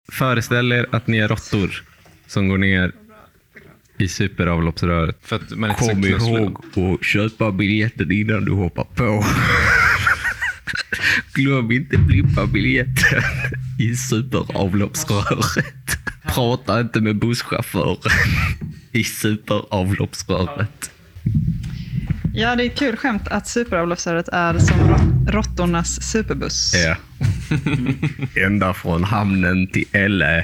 Föreställ er att ni är råttor som går ner i superavloppsröret. För att man inte kom ihåg att köpa biljetten innan du hoppar på. Glöm inte blippa biljetten i superavloppsröret. Prata inte med busschauffören i superavloppsröret. Ja, det är ett kul skämt att superavloppsröret är som råttornas superbuss. Ja. Ända från hamnen till Elle.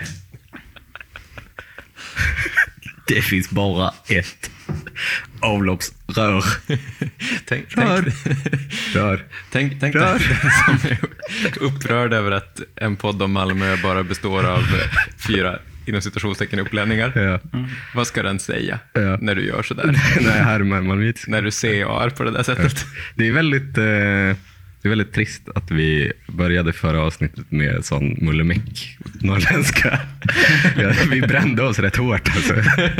Det finns bara ett avloppsrör. Tänk Rör. den som är upprörd över att en podd om Malmö bara består av 4 inom citationstecken upplänningar. Ja. Vad ska den säga när du gör sådär? När du CAR på det där sättet. Det är väldigt trist att vi började förra avsnittet med sån mullemäck norrländska. Ja, vi brände oss rätt hårt alltså.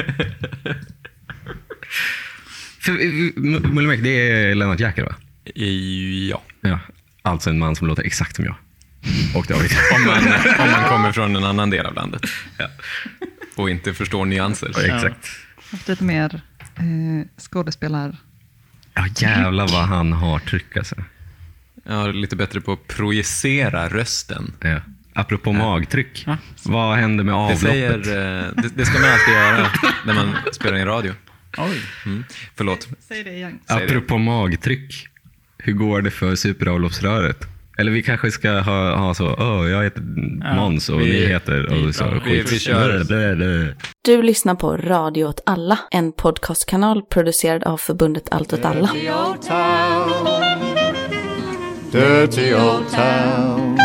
Mullemäck, det är Lennart Jäkel, va? Ja. Alltså en man som låter exakt som jag. Och David. Om man kommer från en annan del av landet. Ja. Och inte förstår nyanser. Ja, exakt. Haft lite mer skådespelar. Ja, jävlar vad han har tryck alltså. Ja, lite bättre på att projicera rösten. Ja. Apropå magtryck. Vad händer med avloppet? Det ska man alltid göra när man spelar in radio. Oj. Förlåt. Säg det igen. Apropå magtryck. Hur går det för superavloppsröret? Eller vi kanske ska ha så, jag heter Måns och ni heter och så. Vi kör. Du lyssnar på Radio åt alla, en podcastkanal producerad av förbundet Allt åt alla. Dirty old town, dirty old town.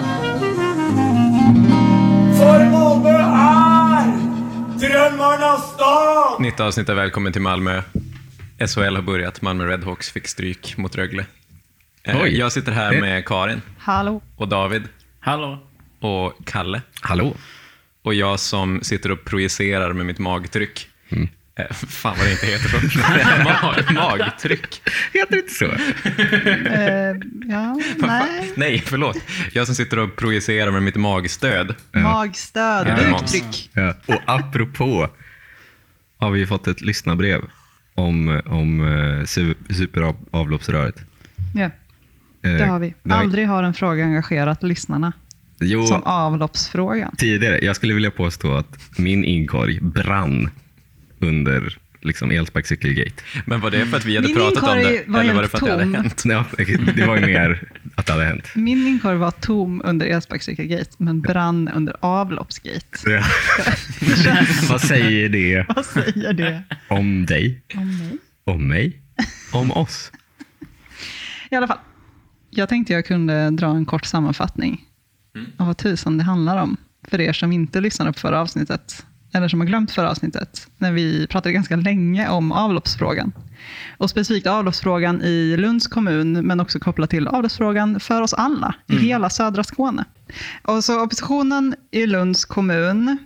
För Malmö är drömmarnas stad. 90 avsnitt är välkommen till Malmö. SHL har börjat. Malmö Redhawks fick stryk mot Rögle. Jag sitter här med Karin. Hallå. Och David. Hallå. Och Kalle. Hallå. Och jag som sitter och projicerar med mitt magtryck. Fan vad det inte heter så. Magtryck. Heter det inte så? Nej. Nej, förlåt. Jag som sitter och projicerar med mitt magstöd. Magstöd, uttryck. Ja. Och apropå har vi fått ett lyssnarbrev om superavloppsröret. Ja, det har vi. Aldrig har en fråga engagerat lyssnarna. Jo, som avloppsfrågan. Tidigare, jag skulle vilja påstå att min inkorg brann under liksom elsparkcykelgate. Men var det för att vi hade pratat om det? Eller var det för att det hade hänt? Ja, det var ju mer att det hade hänt. Min inkorg var tom under elsparkcykelgate men brann under avloppsgate. Ja. Vad säger det? Vad säger det? Om dig? Om mig? Om mig? Om oss? I alla fall, jag tänkte jag kunde dra en kort sammanfattning av vad tusan det handlar om. För er som inte lyssnade på förra avsnittet, eller som har glömt förra avsnittet, när vi pratade ganska länge om avloppsfrågan. Och specifikt avloppsfrågan i Lunds kommun, men också kopplat till avloppsfrågan för oss alla i hela södra Skåne. Och så oppositionen i Lunds kommun,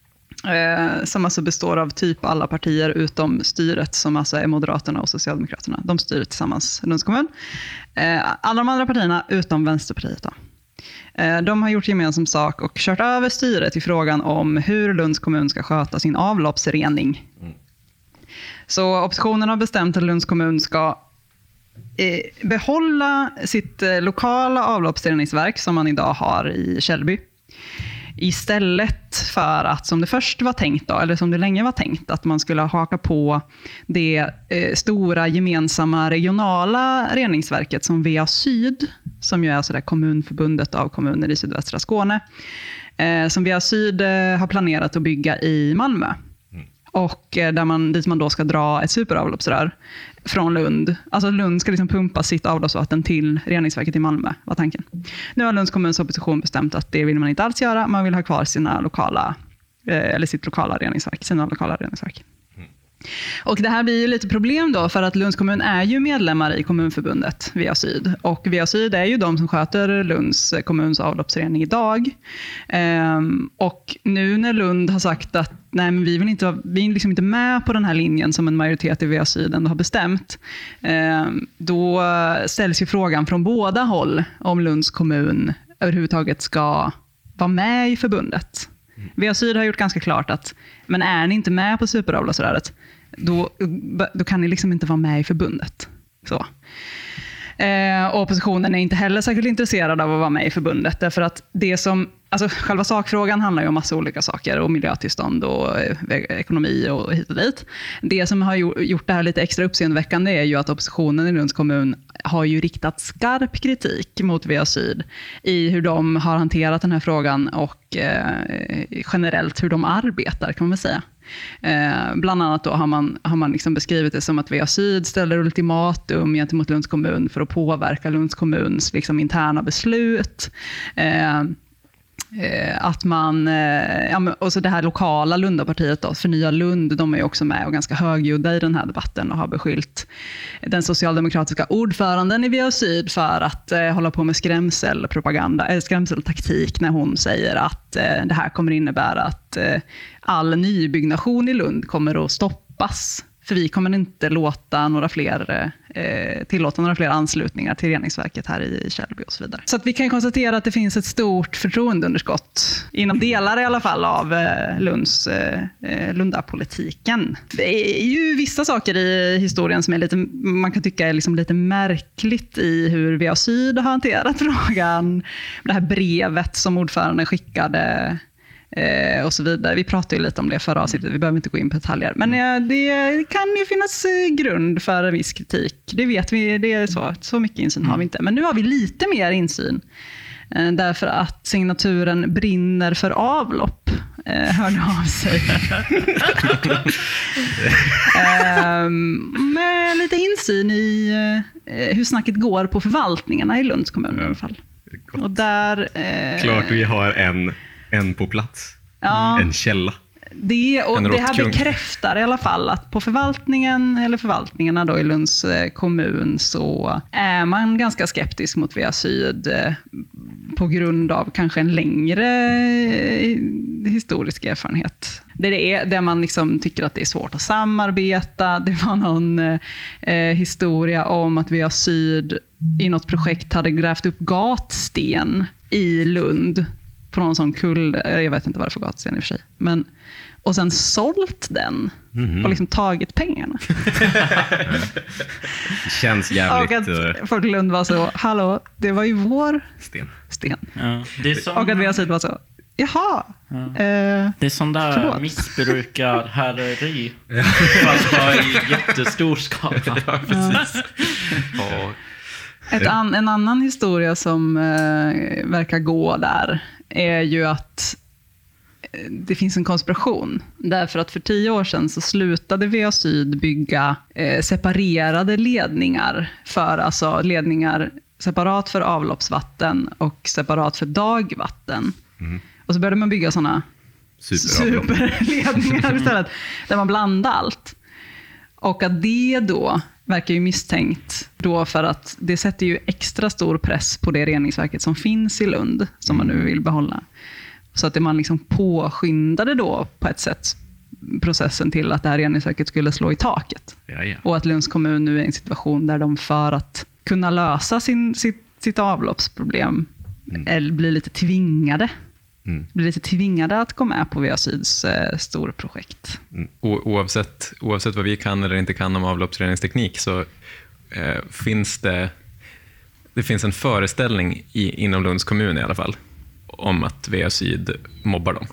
som alltså består av typ alla partier utom styret, som alltså är Moderaterna och Socialdemokraterna. De styr tillsammans Lunds kommun. Alla de andra partierna utom Vänsterpartiet då. De har gjort gemensam sak och kört över styret i frågan om hur Lunds kommun ska sköta sin avloppsrening. Så oppositionen har bestämt att Lunds kommun ska behålla sitt lokala avloppsreningsverk som man idag har i Källby. Istället för att, som det först var tänkt då, eller som det länge var tänkt, att man skulle haka på det stora gemensamma regionala reningsverket som VA Syd, som ju är så där kommunförbundet av kommuner i sydvästra Skåne, som VA Syd har planerat att bygga i Malmö. Och dit man då ska dra ett superavloppsrör från Lund. Alltså Lund ska liksom pumpa sitt avloppsvatten till reningsverket i Malmö, var tanken. Nu har Lunds kommuns opposition bestämt att det vill man inte alls göra. Man vill ha kvar sitt lokala reningsverk. Och det här blir ju lite problem då, för att Lunds kommun är ju medlemmar i kommunförbundet VA Syd. Och VA Syd är ju de som sköter Lunds kommuns avloppsrening idag. Och nu när Lund har sagt att nej, men vi är liksom inte med på den här linjen som en majoritet i VA Syd ändå har bestämt, då ställs ju frågan från båda håll om Lunds kommun överhuvudtaget ska vara med i förbundet. VA Syd har gjort ganska klart att men är ni inte med på superavloppsröret, då kan ni liksom inte vara med i förbundet. Så. Och oppositionen är inte heller särskilt intresserad av att vara med i förbundet, därför att själva sakfrågan handlar ju om massa olika saker, och miljötillstånd och ekonomi och hit och dit. Det som har gjort det här lite extra uppseendeväckande är ju att oppositionen i Lunds kommun har ju riktat skarp kritik mot VA Syd i hur de har hanterat den här frågan och generellt hur de arbetar, kan man väl säga. Bland annat då har man liksom beskrivit det som att VA Syd ställer ultimatum gentemot Lunds kommun för att påverka Lunds kommuns liksom interna beslut. Att man, och så det här lokala Lundapartiet då, Förnya Lund, de är ju också med och ganska högljudda i den här debatten och har beskyllt den socialdemokratiska ordföranden i VA Syd för att hålla på med skrämseltaktik när hon säger att det här kommer innebära att all nybyggnation i Lund kommer att stoppas. För vi kommer inte tillåta några fler anslutningar till reningsverket här i Källby och så vidare. Så att vi kan konstatera att det finns ett stort förtroendeunderskott inom delar i alla fall av Lundapolitiken. Det är ju vissa saker i historien som är man kan tycka är liksom lite märkligt i hur VA Syd har hanterat frågan. Det här brevet som ordföranden skickade och så vidare. Vi pratade ju lite om det förra avsnittet, vi behöver inte gå in på detaljer. Men det kan ju finnas grund för en viss kritik. Det vet vi, det är så mycket insyn har vi inte. Men nu har vi lite mer insyn. Därför att signaturen Brinner för avlopp hörde av sig. Med lite insyn i hur snacket går på förvaltningarna i Lunds kommun i alla fall. Och där, Klart vi har en på plats. En källa. Det här bekräftar i alla fall att på förvaltningarna då i Lunds kommun så är man ganska skeptisk mot VA Syd på grund av kanske en längre historisk erfarenhet. Där man liksom tycker att det är svårt att samarbeta. Det var någon historia om att VA Syd i något projekt hade grävt upp gatsten i Lund på någon sån jag vet inte vad det är för gatsten i och för sig. Och sen sålt den och liksom tagit pengarna. Det känns jävligt. Och att folk i Lund var så, hallå, det var ju vår sten. Ja, det är som, och att VA Syd var så, jaha. Ja. Det är sån där missbrukarhäreri. Fast bara i jättestor skala. Ja, precis. En annan historia som verkar gå där är ju att det finns en konspiration. Därför att för 10 år sedan så slutade VA Syd bygga separerade ledningar. Alltså ledningar separat för avloppsvatten och separat för dagvatten. Och så började man bygga sådana superledningar istället. Där man blandade allt. Och att det då verkar ju misstänkt då, för att det sätter ju extra stor press på det reningsverket som finns i Lund som man nu vill behålla. Så att man liksom påskyndade då på ett sätt processen till att det här reningsverket skulle slå i taket. Ja. Och att Lunds kommun nu är i en situation där de för att kunna lösa sitt avloppsproblem blir lite tvingade. Blir lite tvingade att gå med på VA Syds storprojekt. Oavsett vad vi kan eller inte kan om avloppsreningsteknik så finns det finns en föreställning inom Lunds kommun i alla fall om att VA Syd mobbar dem.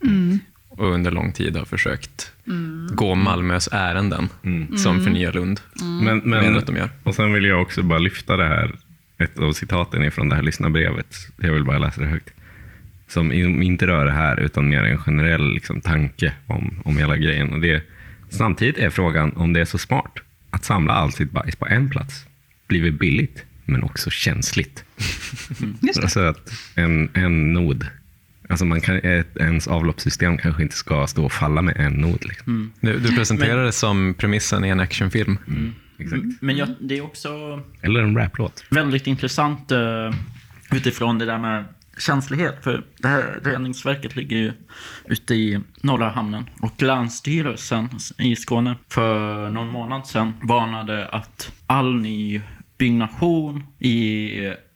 Och under lång tid har försökt gå Malmös ärenden som Förnya Lund. Men att de gör. Och sen vill jag också bara lyfta det här, ett av citaten ifrån det här lyssnarbrevet. Jag vill bara läsa det högt. Som inte rör det här utan mer en generell liksom, tanke om hela grejen. Och samtidigt är frågan om det är så smart att samla all sitt bajs på en plats. Blir billigt men också känsligt. Alltså att en nod. Alltså ens avloppssystem kanske inte ska stå och falla med en nod. Liksom. Du presenterar det som premissen i en actionfilm. Exakt. Men det är också eller en raplåt. Väldigt intressant utifrån det där med känslighet. För det här reningsverket ligger ju ute i norra hamnen. Och Länsstyrelsen i Skåne för någon månad sedan varnade att all ny byggnation i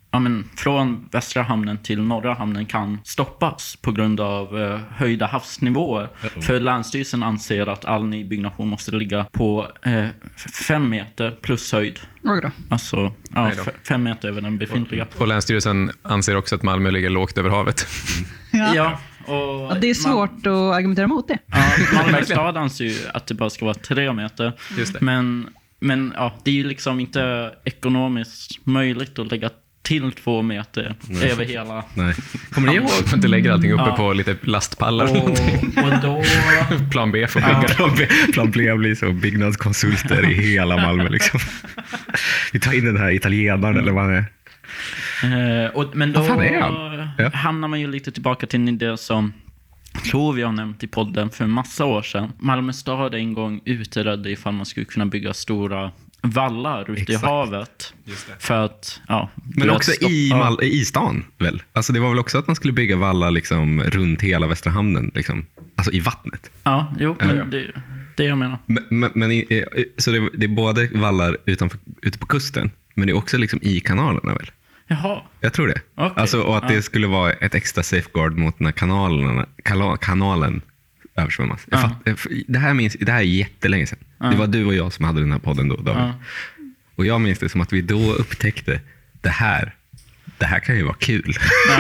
från västra hamnen till norra hamnen kan stoppas på grund av höjda havsnivåer. För Länsstyrelsen anser att all nybyggnation måste ligga på 5 meter plus höjd. Alltså 5 meter över den befintliga. Och Länsstyrelsen anser också att Malmö ligger lågt över havet. Ja. Och det är svårt att argumentera mot det. Ja, Malmö stad anser ju att det bara ska vara 3 meter. Just det. Men det är ju liksom inte ekonomiskt möjligt att lägga till 2 meter över hela. Nej. Kommer ni ihåg? Man får inte lägga allting uppe på lite lastpallar. Och då... Plan B får bygga. Plan B blir så byggnadskonsulter i hela Malmö liksom. Vi tar in den här italienaren eller vad det är. Men då Ja. hamnar man ju lite tillbaka till en idé som tror vi har nämnt i podden för en massa år sedan. Malmö stad en gång utredde ifall man skulle kunna bygga stora vallar ute i havet. Just det. För att, Men också i stan väl? Alltså det var väl också att man skulle bygga vallar liksom runt hela Västra hamnen liksom. Alltså i vattnet. Ja, jo, men det jag menar. Så det är både vallar ute på kusten, men det är också liksom i kanalerna väl? Jaha. Jag tror det. Okay. Alltså, och att det skulle vara ett extra safeguard mot när kanalen översvämmas. Det här är jättelänge sedan. Det var du och jag som hade den här podden då, David. Och jag minns det som att vi då upptäckte det här kan ju vara kul.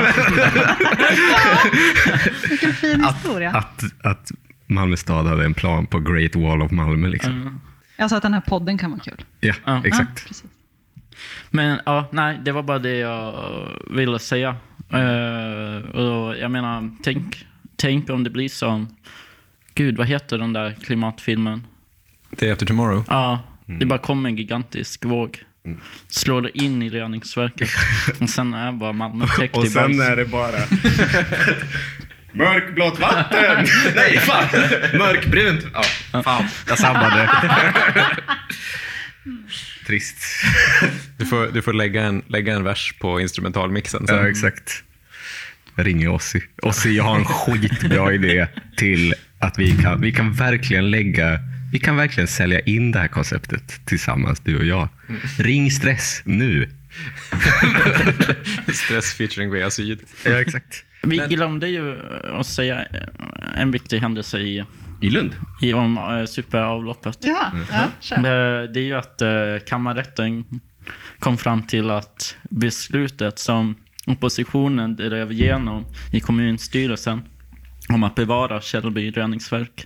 Vilken fin historia. Att Malmö stad hade en plan på Great Wall of Malmö liksom. Alltså att den här podden kan vara kul. Ja, exakt. Precis. Men det var bara det jag ville säga. Och jag menar, tänk om det blir som... Gud, vad heter den där klimatfilmen? Day After Tomorrow. Ja, det bara kommer en gigantisk våg. Slår det in i reningsverket. Och sen är bara Malmö täckt i bajs. Och sen är det bara... Mörkblått vatten! Nej, fan! Mörkbrunt! Ja, fan, jag sabbade. Trist. Du får lägga en vers på instrumentalmixen sen. Ja, exakt. Jag ringer Ossi. Ossi, jag har en skitbra idé till att vi kan verkligen sälja in det här konceptet tillsammans, du och jag. Ring Stress nu. Stress featuring Vea Syd. Ja, exakt. Vi glömde ju att säga en viktig händelse i Lund? Om superavloppet. Ja, det är ju att kammarrätten kom fram till att beslutet som oppositionen drev igenom i kommunstyrelsen om att bevara Källby reningsverk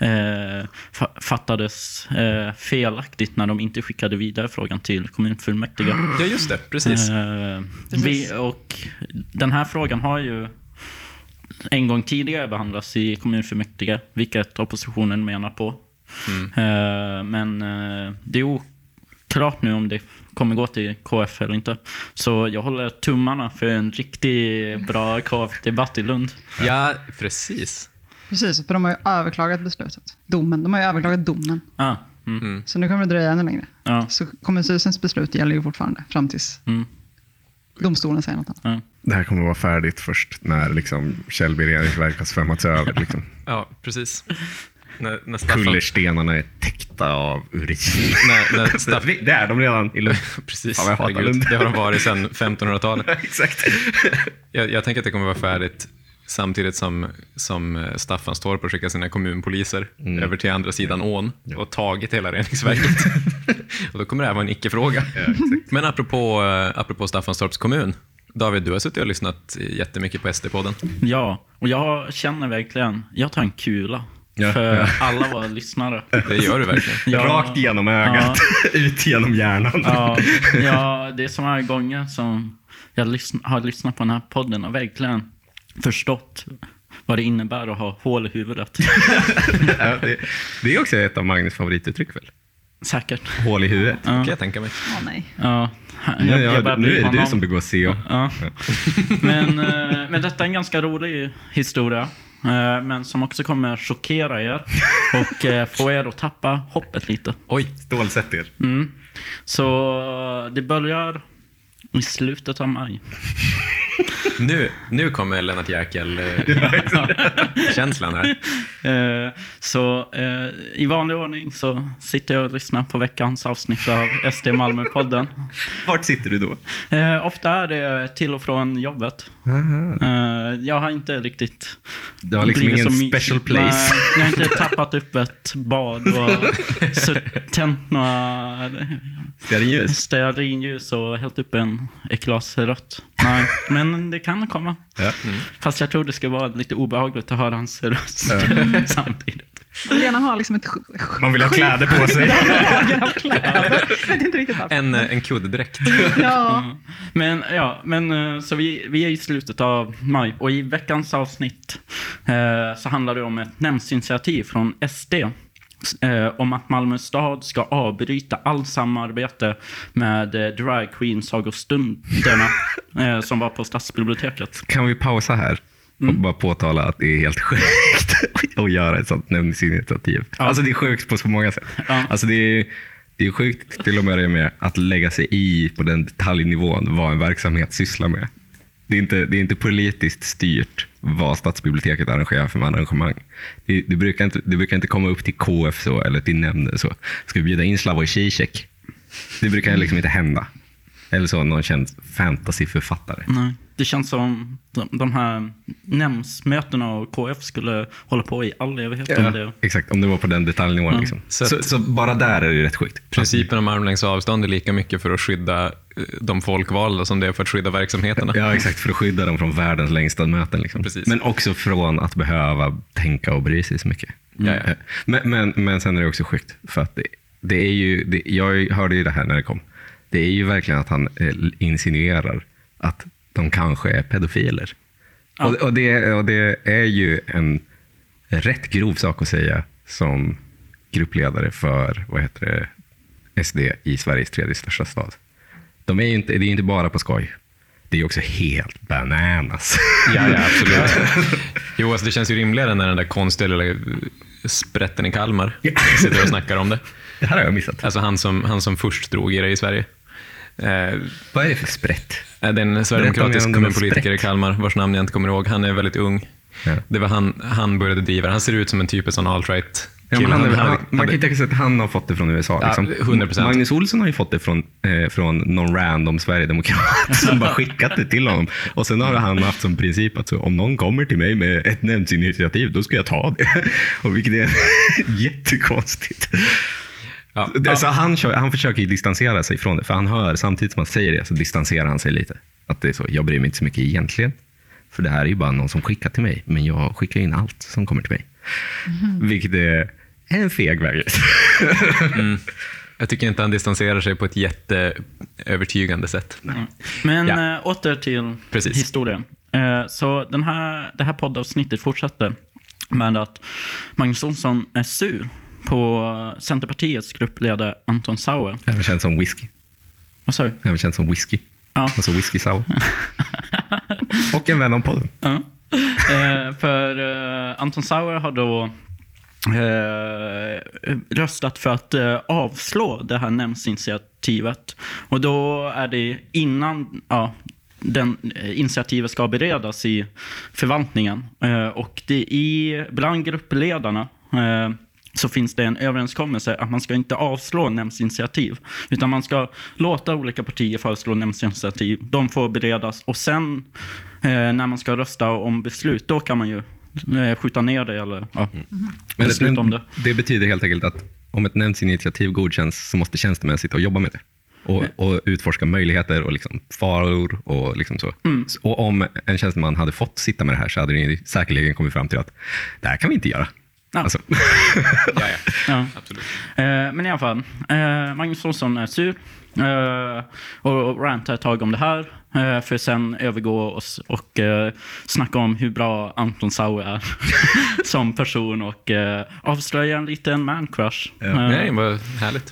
fattades felaktigt när de inte skickade vidare frågan till kommunfullmäktige. Ja, just det. Precis. Och den här frågan har ju en gång tidigare behandlats i kommunfullmäktige, vilket oppositionen menar på. Men det är oklart nu om det kommer gå till KF eller inte. Så jag håller tummarna för en riktigt bra KF-debatt i Lund. Ja, precis. Precis, för de har ju överklagat beslutet. De har ju överklagat domen. Så nu kommer det dröja ännu längre. Så kommunstyrelsens beslut gäller ju fortfarande fram tills domstolen säger något annat. Det här kommer att vara färdigt först när liksom Källby reningsverk har svämmats över. Liksom. Ja, precis. När Staffan... Kullerstenarna är täckta av urin. Det är de redan i Lund. Precis, Lund. Det har de varit sedan 1500-talet. Exakt. Jag tänker att det kommer vara färdigt samtidigt som Staffanstorp har skickat sina kommunpoliser över till andra sidan ån och tagit hela reningsverket. Och då kommer det här vara en icke-fråga. Men apropå Staffanstorps kommun, David, du har suttit och lyssnat jättemycket på SD-podden. Ja, och jag känner verkligen, jag tar en kula. För alla våra lyssnare. Det gör du verkligen. Rakt genom ögat, ut genom hjärnan. Ja, det är så många gånger som jag har lyssnat på den här podden och verkligen förstått vad det innebär att ha hål i huvudet. Det är också ett av Magnus favorituttryck väl? Säkert. Hål i huvudet. Kan jag tänka mig. Nej. Ja. Nu är det du som begår CO. Ja. Men detta är en ganska rolig historia. Men som också kommer chockera er och få er att tappa hoppet lite. Oj, stålsätt er. Så det börjar i slutet av maj. Nu kommer Lennart Jäkel-känslan här. I vanlig ordning så sitter jag och lyssnar på veckans avsnitt av SD Malmö-podden. Vart sitter du då? Ofta är det till och från jobbet. Jag har inte riktigt... Du har liksom ingen special place. Nej, jag har inte tappat upp ett bad och tänt några stearinljus och hällt upp ett glas rött. Nej, men det kan komma. Ja. Fast jag tror det ska vara lite obehagligt att höra hans röst samtidigt. Man vill gärna ha liksom ett Man vill ha kläder på sig. En kuddräkt. Ja. Men så vi är i slutet av maj. Och i veckans avsnitt så handlar det om ett nämndsinitiativ från SD. Om att Malmö stad ska avbryta all samarbete med drag queen sagostunderna som var på stadsbiblioteket. Kan vi pausa här och bara påtala att det är helt sjukt att göra ett sånt nämndsinitiativ. Ja. Alltså det är sjukt på så många sätt. Ja. Alltså det är sjukt till och med att lägga sig i på den detaljnivån vad en verksamhet sysslar med. Det är inte politiskt styrt vad stadsbiblioteket arrangerar för arrangemang. Det brukar inte komma upp till KF så, eller till nämnden så. Ska vi bjuda in Slavoj Zizek? Det brukar liksom inte hända. Eller så någon känd fantasyförfattare. Nej. Det känns som de här nämndsmötena och KF skulle hålla på i all evighet. Ja, exakt, om det var på den detaljnivån. Ja. Liksom. Så bara där är det rätt sjukt. Principen om armlängds avstånd är lika mycket för att skydda de folkvalda som det är för att skydda verksamheterna. Ja, exakt, för att skydda dem från världens längsta möten. Liksom. Men också från att behöva tänka och bry sig så mycket. Ja. Men sen är det också sjukt, för att det är ju, jag hörde ju det här när det kom. Det är ju verkligen att han insinuerar att de kanske är pedofiler. Ja. Och det är ju en rätt grov sak att säga som gruppledare för SD i Sveriges tredje största stad. Det är inte bara på skoj. Det är också helt bananas. Ja, absolut. Jo, alltså det känns ju rimligare när den där konstiga lilla sprätten i Kalmar sitter och snackar om det. Det här har jag missat. Alltså han som först drog i det i Sverige. Vad är det för sprätt? Det är en sverigedemokratisk kommunpolitiker i Kalmar vars namn jag inte kommer ihåg. Han är väldigt ung. Ja. Det var han började driva. Han ser ut som en typ av alt-right. Ja, man kan ju tänka sig att han har fått det från USA. Liksom. 100%. Magnus Olsson har ju fått det från någon random sverigedemokrat som bara skickat det till honom. Och sen har han haft som princip att om någon kommer till mig med ett nämndsinitiativ, då ska jag ta det. Och vilket är jättekonstigt. Ja. Så han försöker ju distansera sig från det, för han hör samtidigt som han säger det så distanserar han sig lite. Att det är så, jag bryr mig inte så mycket egentligen. För det här är ju bara någon som skickar till mig, men jag skickar in allt som kommer till mig. Vilket är en feg väg. Jag tycker inte han distanserar sig på ett jätteövertygande sätt. Men åter till historien. Så det här poddavsnittet fortsätter med att Magnus Olsson är sur på Centerpartiets gruppledare Anton Sauer. Även känd som whisky. Vad sa du? Även känd som whisky. Ja. Alltså whisky Sauer. Och en vän om podden. Ja. För Anton Sauer har då röstat för att avslå det här nämndsinitiativet. Och då är det innan den initiativet ska beredas i förvaltningen. Och bland gruppledarna så finns det en överenskommelse att man ska inte avslå nämndsinitiativ, utan man ska låta olika partier föreslå nämndsinitiativ. De får beredas och sen när man ska rösta om beslut, då kan man ju skjuta ner det eller besluta om det. Det betyder helt enkelt att om ett nämndsinitiativ godkänns så måste tjänstemän sitta och jobba med det. Och utforska möjligheter och liksom faror och liksom så. Och om en tjänsteman hade fått sitta med det här så hade det säkerligen kommit fram till att det här kan vi inte göra. Ja. Alltså. Ja, absolut. Men i alla fall, Magnus Olsson är sur och rantar ett tag om det här för sen övergå och snacka om hur bra Anton Sauer är som person och avslöja en liten man-crush. Nej, vad härligt.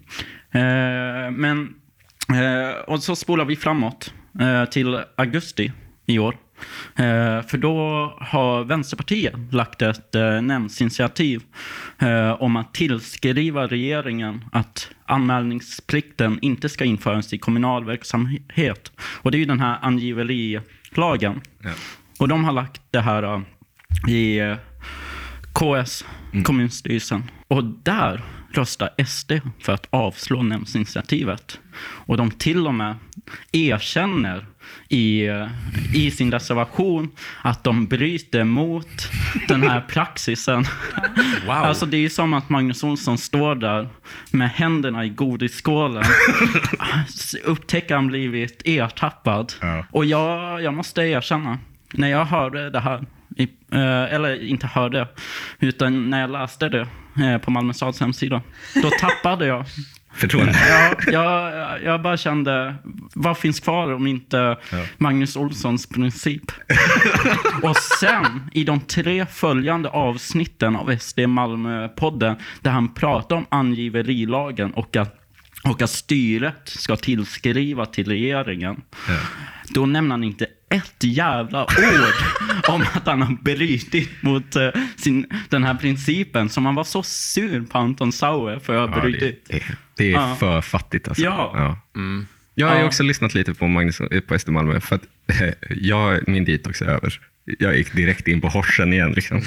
Och så spolar vi framåt till augusti i år. För då har Vänsterpartiet lagt ett nämndsinitiativ om att tillskriva regeringen att anmälningsplikten inte ska införas i kommunal verksamhet. Och det är ju den här lagen. Ja. Och de har lagt det här i KS, kommunstyrelsen. Och där röstar SD för att avslå nämndsinitiativet. Och de till och med erkänner i sin reservation att de bryter mot den här praxisen. Wow. Alltså det är ju som att Magnus Olsson står där med händerna i godisskålen. Upptäcker han blivit ertappad. Ja. Och jag måste erkänna, när jag hörde det här, eller inte hörde, utan när jag läste det på Malmö stads hemsida, då tappade jag Förtroende. jag bara kände, vad finns kvar om inte Magnus Olssons princip? Och sen i de 3 följande avsnitten av SD Malmö-podden, där han pratar om angiverilagen och att styret ska tillskriva till regeringen, då nämner han inte ett jävla ord om att han har brytit mot den här principen som han var så sur på Anton Sauer för att ha brutit. Det är för fattigt alltså. Ja. Jag har ju också lyssnat lite på Magnus på SD Malmö för att min detox är över. Jag gick direkt in på horsen igen liksom.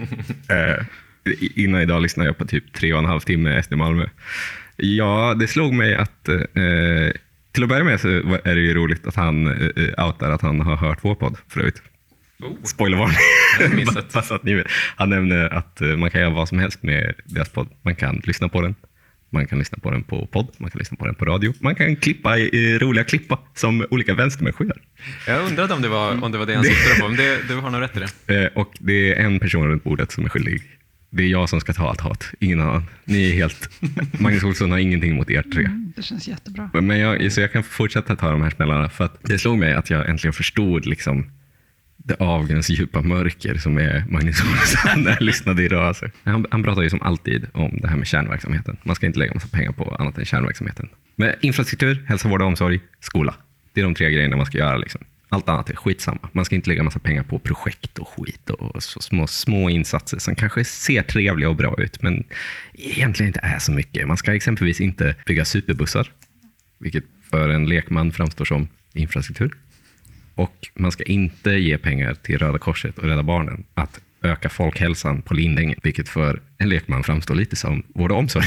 Innan idag lyssnade jag på typ 3,5 timme SD Malmö. Ja, det slog mig att till att börja med så är det ju roligt att han outar att han har hört vår podd förut. Spoilervarning. Fast att ni vet. Han nämner att man kan göra vad som helst med deras podd. Man kan lyssna på den. Man kan lyssna på den på podd. Man kan lyssna på den på radio. Man kan klippa i roliga klippa som olika vänstermänniskor gör. Jag undrade om det var det han syftade på, men du har nog rätt i det. Och det är en person runt bordet som är skyldig. Det är jag som ska ta allt hat, ingen annan. Ni är helt... Magnus Olsson har ingenting mot er 3. Det känns jättebra. Men jag kan fortsätta ta de här smällarna, för att det slog mig att jag äntligen förstod liksom det avgrundsdjupa mörker som är Magnus Olsson när jag lyssnade idag. Alltså. Han pratar ju som alltid om det här med kärnverksamheten. Man ska inte lägga massa pengar på annat än kärnverksamheten. Men infrastruktur, hälsovård och omsorg, skola. Det är de 3 grejerna man ska göra liksom. Allt annat är skitsamma. Man ska inte lägga massa pengar på projekt och skit och så små insatser som kanske ser trevliga och bra ut, men egentligen inte är så mycket. Man ska exempelvis inte bygga superbussar, vilket för en lekman framstår som infrastruktur. Och man ska inte ge pengar till Röda Korset och Rädda Barnen att öka folkhälsan på Lindängen, vilket för en lekman framstår lite som vård och omsorg.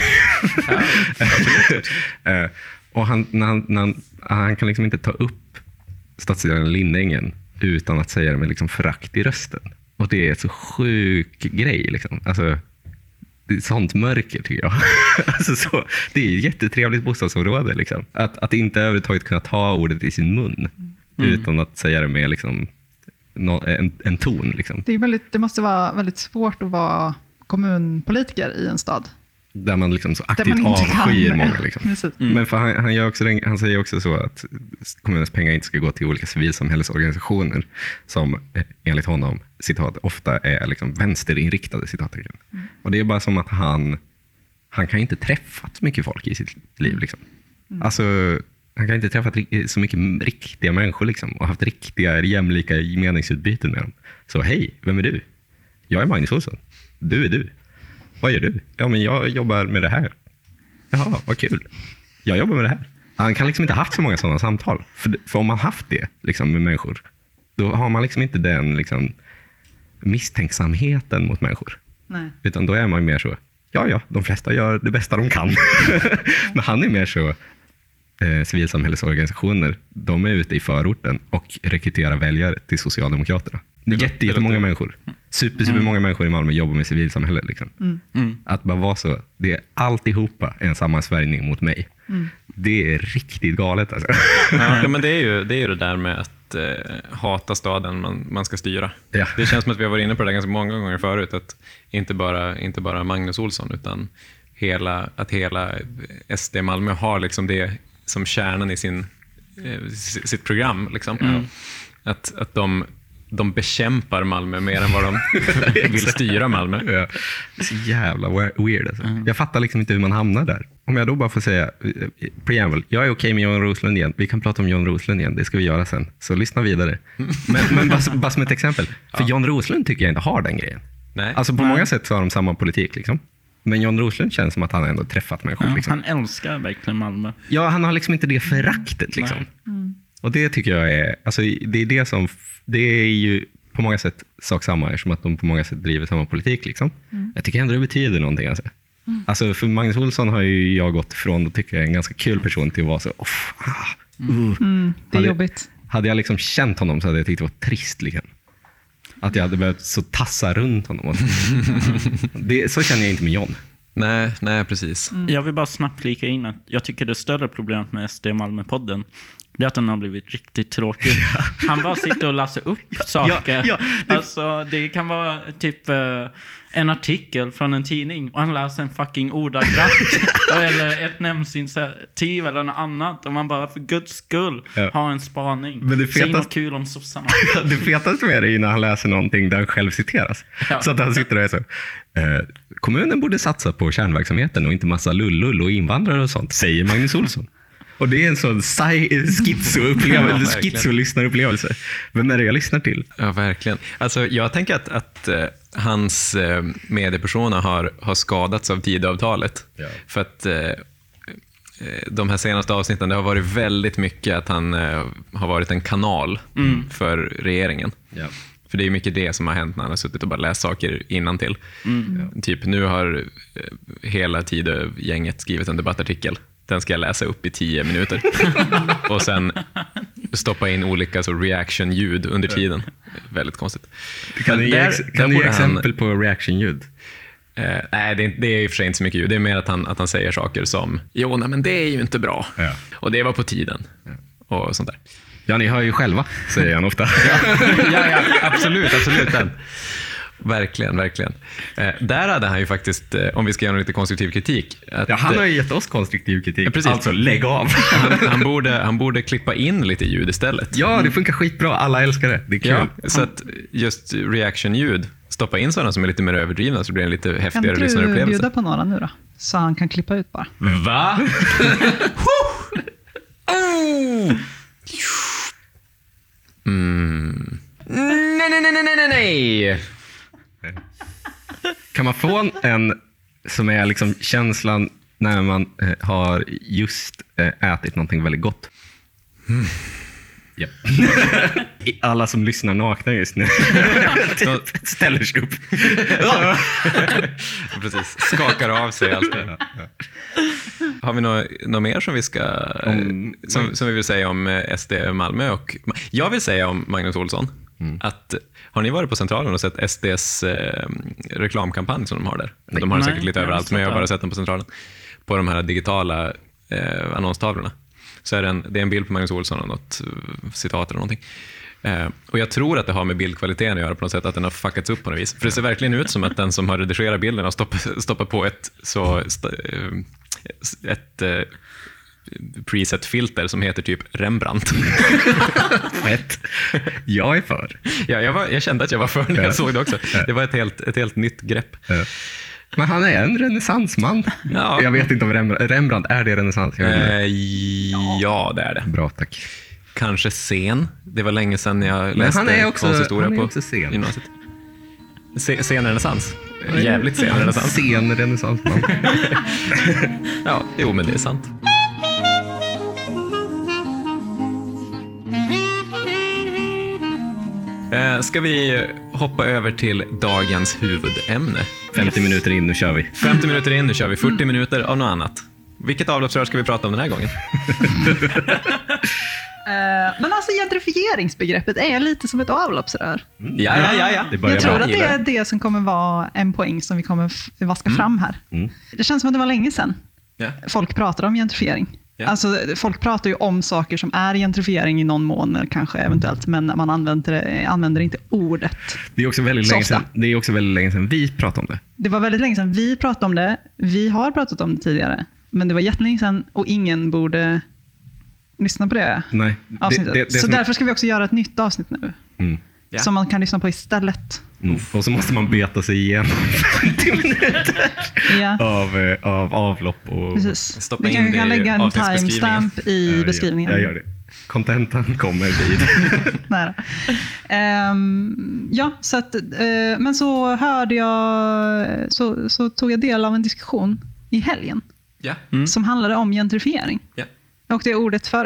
Och han kan liksom inte ta upp stadsdelen Lindängen utan att säga det med liksom förakt i rösten. Och det är ett så sjuk grej liksom. Alltså, det är sånt mörker tycker jag. Alltså det är ett jättetrevligt bostadsområde liksom. Att inte överhuvudtaget kunna ta ordet i sin mun utan att säga det med liksom en ton liksom. Det måste vara väldigt svårt att vara kommunpolitiker i en stad. Där man liksom så aktivt avskyr många. Liksom. Men för han säger också så att kommunens pengar inte ska gå till olika civilsamhällesorganisationer som enligt honom, citat, ofta är liksom vänsterinriktade, citat. Och det är bara som att han kan inte träffa så mycket folk i sitt liv. Liksom. Alltså, han kan inte träffa så mycket riktiga människor liksom, och haft riktiga jämlika meningsutbyten med dem. Så hej, vem är du? Jag är Magnus Olsson. Du är du. Vad gör du? Ja, men jag jobbar med det här. Jaha, vad kul. Jag jobbar med det här. Han kan liksom inte haft så många sådana samtal. För om man haft det liksom, med människor, då har man liksom inte den liksom, misstänksamheten mot människor. Nej. Utan då är man mer så, ja, de flesta gör det bästa de kan. Men han är mer så, civilsamhällesorganisationer, de är ute i förorten och rekryterar väljare till Socialdemokraterna. Jättemånga människor. Supermånga människor i Malmö jobbar med civilsamhället. Liksom. Att bara vara så, det är alltihopa en sammansvärjning mot mig. Det är riktigt galet. Alltså. Ja, men det är ju det där med att hata staden man ska styra. Ja. Det känns som att vi har varit inne på det ganska många gånger förut, att inte bara Magnus Olsson, utan hela SD Malmö har liksom det som kärnan i sitt program. Liksom. Att de bekämpar Malmö mer än vad de vill styra Malmö. Ja. Det är så jävla weird. Alltså. Jag fattar liksom inte hur man hamnar där. Om jag då bara får säga, preamble, jag är okej med John Roslund igen. Vi kan prata om John Roslund igen, det ska vi göra sen. Så lyssna vidare. Men bara som ett exempel. För John Roslund tycker jag inte har den grejen. Nej. Alltså på många sätt så har de samma politik liksom. Men John Roslund känns som att han ändå träffat människor. Ja, liksom. Han älskar verkligen Malmö. Ja, han har liksom inte det föraktet liksom. Och det tycker jag är, alltså det är ju på många sätt sak samma, eftersom att de på många sätt driver samma politik liksom. Jag tycker ändå det betyder någonting alltså. Alltså för Magnus Olsson har ju jag gått ifrån och tycker jag är en ganska kul person till att vara så det är jobbigt. Hade jag liksom känt honom så hade jag tyckt det var trist liksom. Att jag hade behövt så tassa runt honom. Så känner jag inte med John. Nej, precis. Jag vill bara snabbt flika in att jag tycker det större problemet med SD Malmö-podden det är att den har blivit riktigt tråkig. Han bara sitter och läser upp saker. Alltså, det kan vara typ en artikel från en tidning och han läser en fucking ordagrant eller ett nämndsinitiativ eller något annat och man bara för guds skull har en spaning. Men säg något kul om sossarna. Det fetaste med det är när han läser någonting där han själv citeras. Så att han sitter och är så kommunen borde satsa på kärnverksamheten och inte massa lullull och invandrare och sånt, säger Magnus Olsson. Och det är en sån schizo-lyssnarupplevelse. Vem är det jag lyssnar till? Ja, verkligen. Alltså, jag tänker att hans mediepersona har skadats av Tidöavtalet. Ja. För att de här senaste avsnitten, det har varit väldigt mycket att han har varit en kanal för regeringen. Ja. För det är mycket det som har hänt när han har suttit och bara läst saker innantill. Typ nu har hela Tidö-gänget skrivit en debattartikel. Den ska jag läsa upp i 10 minuter. Och sen stoppa in olika så reaction-ljud under tiden. Väldigt konstigt. Kan du ge exempel på reaction-ljud? Nej, det är i och för sig inte så mycket ljud. Det är mer att han säger saker som men det är ju inte bra. Ja. Och det var på tiden. Ja. Och sånt där. Ja, ni hör ju själva, säger han ofta. ja, absolut den. Verkligen. Där hade han ju faktiskt, om vi ska göra lite konstruktiv kritik. Han har ju gett oss konstruktiv kritik. Ja, alltså, lägg av. han borde klippa in lite ljud istället. Ja, det funkar skitbra. Alla älskar det. Det är kul. Ja, så att just reaction-ljud, stoppa in sådana som är lite mer överdrivna så blir det en lite häftigare lyssnarupplevelse. Kan du bjuda på några nu då? Så han kan klippa ut bara. Va? Nej. Kan man få en som är liksom känslan när man har just ätit någonting väldigt gott? Yep. Alla som lyssnar nakna just nu ställer sig upp. Precis, skakar av sig allt det. Har vi något mer som vi ska som vi vill säga om SD Malmö? Och jag vill säga om Magnus Olsson att har ni varit på Centralen och sett SDs reklamkampanj som de har där? De har säkert lite överallt, men jag har bara sett den på Centralen. På de här digitala annonstavlorna. Så är det är en bild på Magnus Olsson och något citat eller någonting. Och jag tror att det har med bildkvaliteten att göra på något sätt, att den har fuckats upp på något vis. För det ser verkligen ut som att den som har redigerat bilden har stoppat på ett preset-filter som heter typ Rembrandt. Jag är för. Ja, jag kände att jag var för när jag såg det också. Det var ett helt nytt grepp. Men han är en renässansman. Ja. Jag vet inte om Rembrandt, är det renässans? Ja, det är det. Bra, tack. Kanske sen. Det var länge sedan jag läste konsthistoria på gymnasiet. Sen renässans. Jävligt sen renässans. Sen renässansman. Ja, men det är sant. Ska vi hoppa över till dagens huvudämne? 50 minuter in, nu kör vi. 50 minuter in, nu kör vi. 40 minuter av något annat. Vilket avloppsrör ska vi prata om den här gången? Men alltså gentrifieringsbegreppet är lite som ett avloppsrör. Ja. Jag tror att det är det som kommer vara en poäng som vi kommer vaska fram här. Det känns som att det var länge sedan folk pratade om gentrifiering. Yeah. Alltså, folk pratar ju om saker som är gentrifiering i någon mån, kanske eventuellt, men man använder inte ordet. Det är också väldigt länge sedan vi pratade om det. Det var väldigt länge sedan vi pratade om det. Vi har pratat om det tidigare, men det var jättelänge sedan och ingen borde lyssna på det. Nej. Så därför ska vi också göra ett nytt avsnitt nu. Som man kan lyssna på istället. Och så måste man beta sig igenom 50 minuter av avlopp. Och stoppa in vi kan lägga en timestamp i beskrivningen. Jag gör det. Contentan kommer vid. Så att, men så hörde jag, så tog jag del av en diskussion i helgen som handlade om gentrifiering. Och det ordet förekom.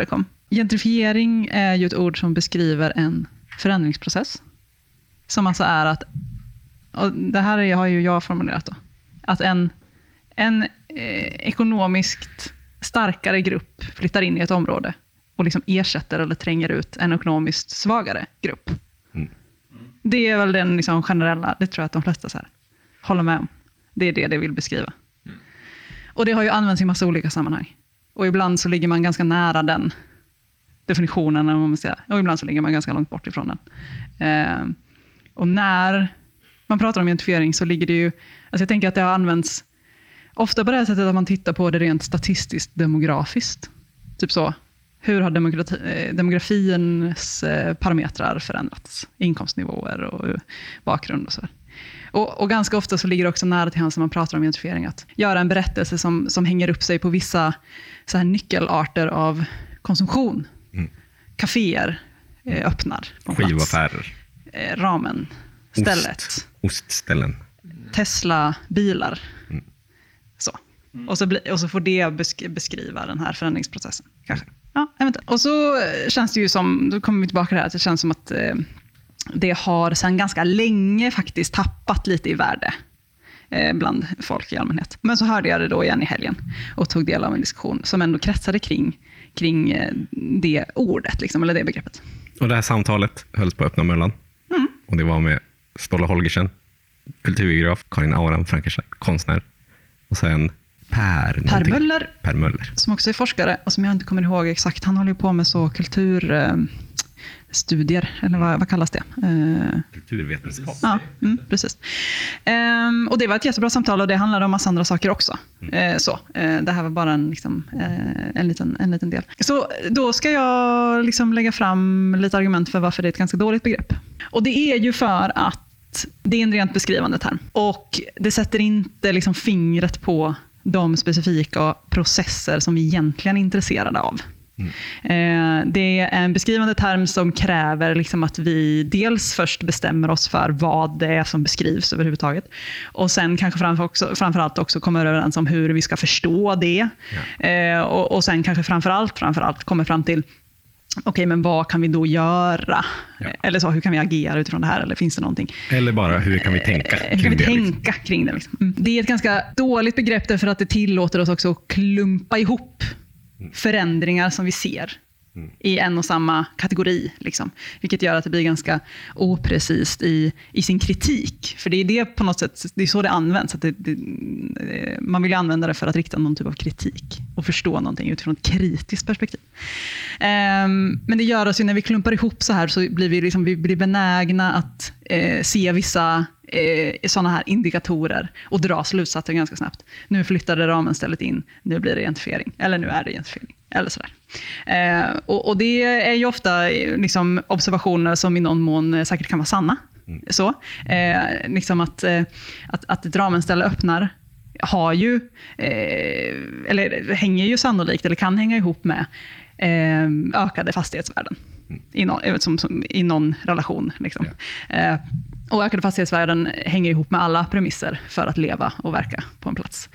Gentrifiering är ju ett ord som beskriver en förändringsprocess. Som alltså är att, och det här har ju jag formulerat då, att en ekonomiskt starkare grupp flyttar in i ett område och liksom ersätter eller tränger ut en ekonomiskt svagare grupp. Mm. Det är väl den liksom generella, det tror jag att de flesta så här håller med om. Det är det vill beskriva. Mm. Och det har ju använts i massa olika sammanhang. Och ibland så ligger man ganska nära den definitionen, om man säger. Och ibland så ligger man ganska långt bort ifrån den. Och när man pratar om gentrifiering så ligger det ju, alltså jag tänker att det har använts ofta på det här sättet att man tittar på det rent statistiskt demografiskt. Typ så, hur har demografins parametrar förändrats? Inkomstnivåer och bakgrund och så. Och ganska ofta så ligger det också nära till hands när man pratar om gentrifiering att göra en berättelse som hänger upp sig på vissa så här nyckelarter av konsumtion. Mm. Caféer öppnar på skivaffärer. Ramen, stället. Ostställen. Tesla-bilar. Mm. Så. Och så får det beskriva den här förändringsprocessen. Kanske. Ja, eventuellt. Och så känns det ju som, då kommer vi tillbaka till det här, att det känns som att det har sedan ganska länge faktiskt tappat lite i värde bland folk i allmänhet. Men så hörde jag det då igen i helgen och tog del av en diskussion som ändå kretsade kring det ordet, liksom, eller det begreppet. Och det här samtalet hölls på Öppna Möllan. Mm. Och det var med Ståle Holgersen, kulturgeograf, Karin Auram, Frankenstein, konstnär. Och sen Per Möller. Som också är forskare och som jag inte kommer ihåg exakt. Han håller ju på med så kulturstudier, eller vad kallas det? Kulturvetenskap. Ja, precis. Och det var ett jättebra samtal och det handlade om massa andra saker också. Det här var bara en liten del. Så då ska jag liksom lägga fram lite argument för varför det är ett ganska dåligt begrepp. Och det är ju för att det är en rent beskrivande term. Och det sätter inte liksom fingret på de specifika processer som vi egentligen är intresserade av. Det är en beskrivande term som kräver liksom att vi dels först bestämmer oss för vad det är som beskrivs överhuvudtaget. Och sen kanske framförallt också kommer överens om hur vi ska förstå det. Ja. Och sen kanske framförallt kommer fram till okej, men vad kan vi då göra? Ja. Eller så, hur kan vi agera utifrån det här? Eller finns det någonting? Eller bara, hur kan vi tänka kring det? Liksom. Det är ett ganska dåligt begrepp därför att det tillåter oss också att klumpa ihop förändringar som vi ser i en och samma kategori. Liksom. Vilket gör att det blir ganska oprecist i sin kritik. För det är det på något sätt, det är så det används. Att man vill ju använda det för att rikta någon typ av kritik och förstå någonting utifrån ett kritiskt perspektiv. Men det gör oss ju, när vi klumpar ihop så här, så blir vi blir benägna att se vissa sådana här indikatorer och dra slutsatser ganska snabbt. Nu flyttade ramenstället in, nu blir det gentrifiering. Eller nu är det gentrifiering. Eller sådär. Och det är ju ofta liksom observationer som i någon mån säkert kan vara sanna. Så, liksom att ett ramenställe öppnar har ju, eller hänger ju sannolikt, eller kan hänga ihop med ökade fastighetsvärden. I någon relation. Liksom. Ja. Och ökade fastighetsvärden hänger ihop med alla premisser för att leva och verka på en plats.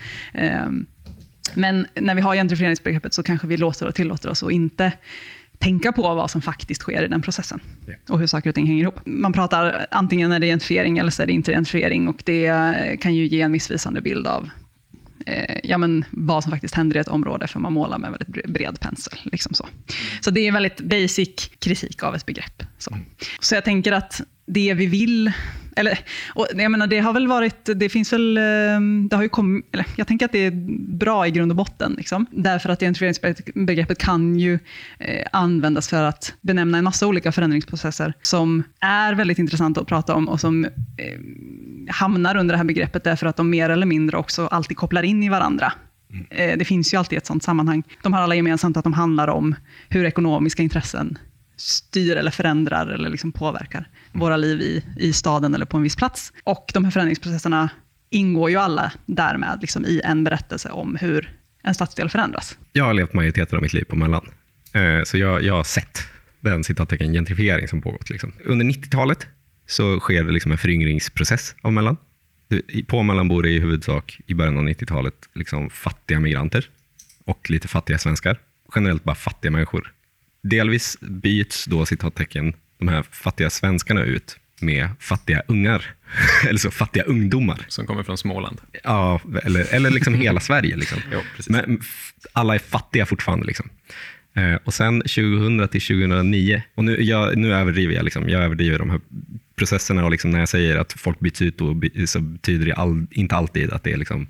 Men när vi har gentrifieringsbegreppet så kanske vi tillåter oss att inte tänka på vad som faktiskt sker i den processen. Yeah. Och hur saker och ting hänger ihop. Man pratar antingen när det är gentrifiering eller så är det inte gentrifiering. Och det kan ju ge en missvisande bild av vad som faktiskt händer i ett område, för man målar med väldigt bred pensel. Liksom så. Så det är en väldigt basic kritik av ett begrepp. Så jag tänker att det vi vill, eller, och jag menar, det har väl varit, det finns väl, det har ju kommit, eller jag tänker att det är bra i grund och botten, liksom. Därför att gentrifieringsbegreppet kan ju användas för att benämna en massa olika förändringsprocesser som är väldigt intressanta att prata om och som hamnar under det här begreppet därför att de mer eller mindre också alltid kopplar in i varandra. Det finns ju alltid ett sånt sammanhang. De har alla gemensamt att de handlar om hur ekonomiska intressen styr eller förändrar eller liksom påverkar våra liv i staden eller på en viss plats. Och de här förändringsprocesserna ingår ju alla därmed liksom i en berättelse om hur en stadsdel förändras. Jag har levt majoriteten av mitt liv på Möllan. Så jag har sett den citattecken gentrifiering som pågått. Liksom. Under 90-talet så sker det liksom en föryngringsprocess av Möllan. På Möllan bor det i huvudsak i början av 90-talet liksom fattiga migranter och lite fattiga svenskar. Generellt bara fattiga människor. delvis byts då citattecken de här fattiga svenskarna ut med fattiga ungar, eller så fattiga ungdomar. Som kommer från Småland. Ja, eller liksom hela Sverige. Liksom. Jo, precis. Men alla är fattiga fortfarande. Liksom. Och sen 2000 till 2009, och nu överdriver jag. Liksom, jag överdriver de här processerna, och liksom när jag säger att folk byts ut så betyder det inte alltid att det är liksom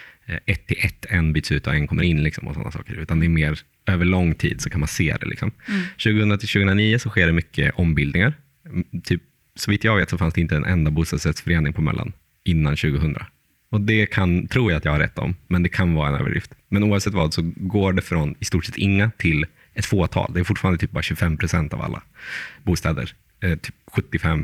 1-1, en byts ut och en kommer in liksom, och sådana saker. Utan det är mer över lång tid så kan man se det. Liksom. 2000 till 2009 så sker det mycket ombildningar. Typ, så vitt jag vet så fanns det inte en enda bostadsrättsförening på Möllan innan 2000. Och det tror jag att jag har rätt om, men det kan vara en överdrift. Men oavsett vad så går det från i stort sett inga till ett fåtal. Det är fortfarande typ bara 25% av alla bostäder. Typ 75-80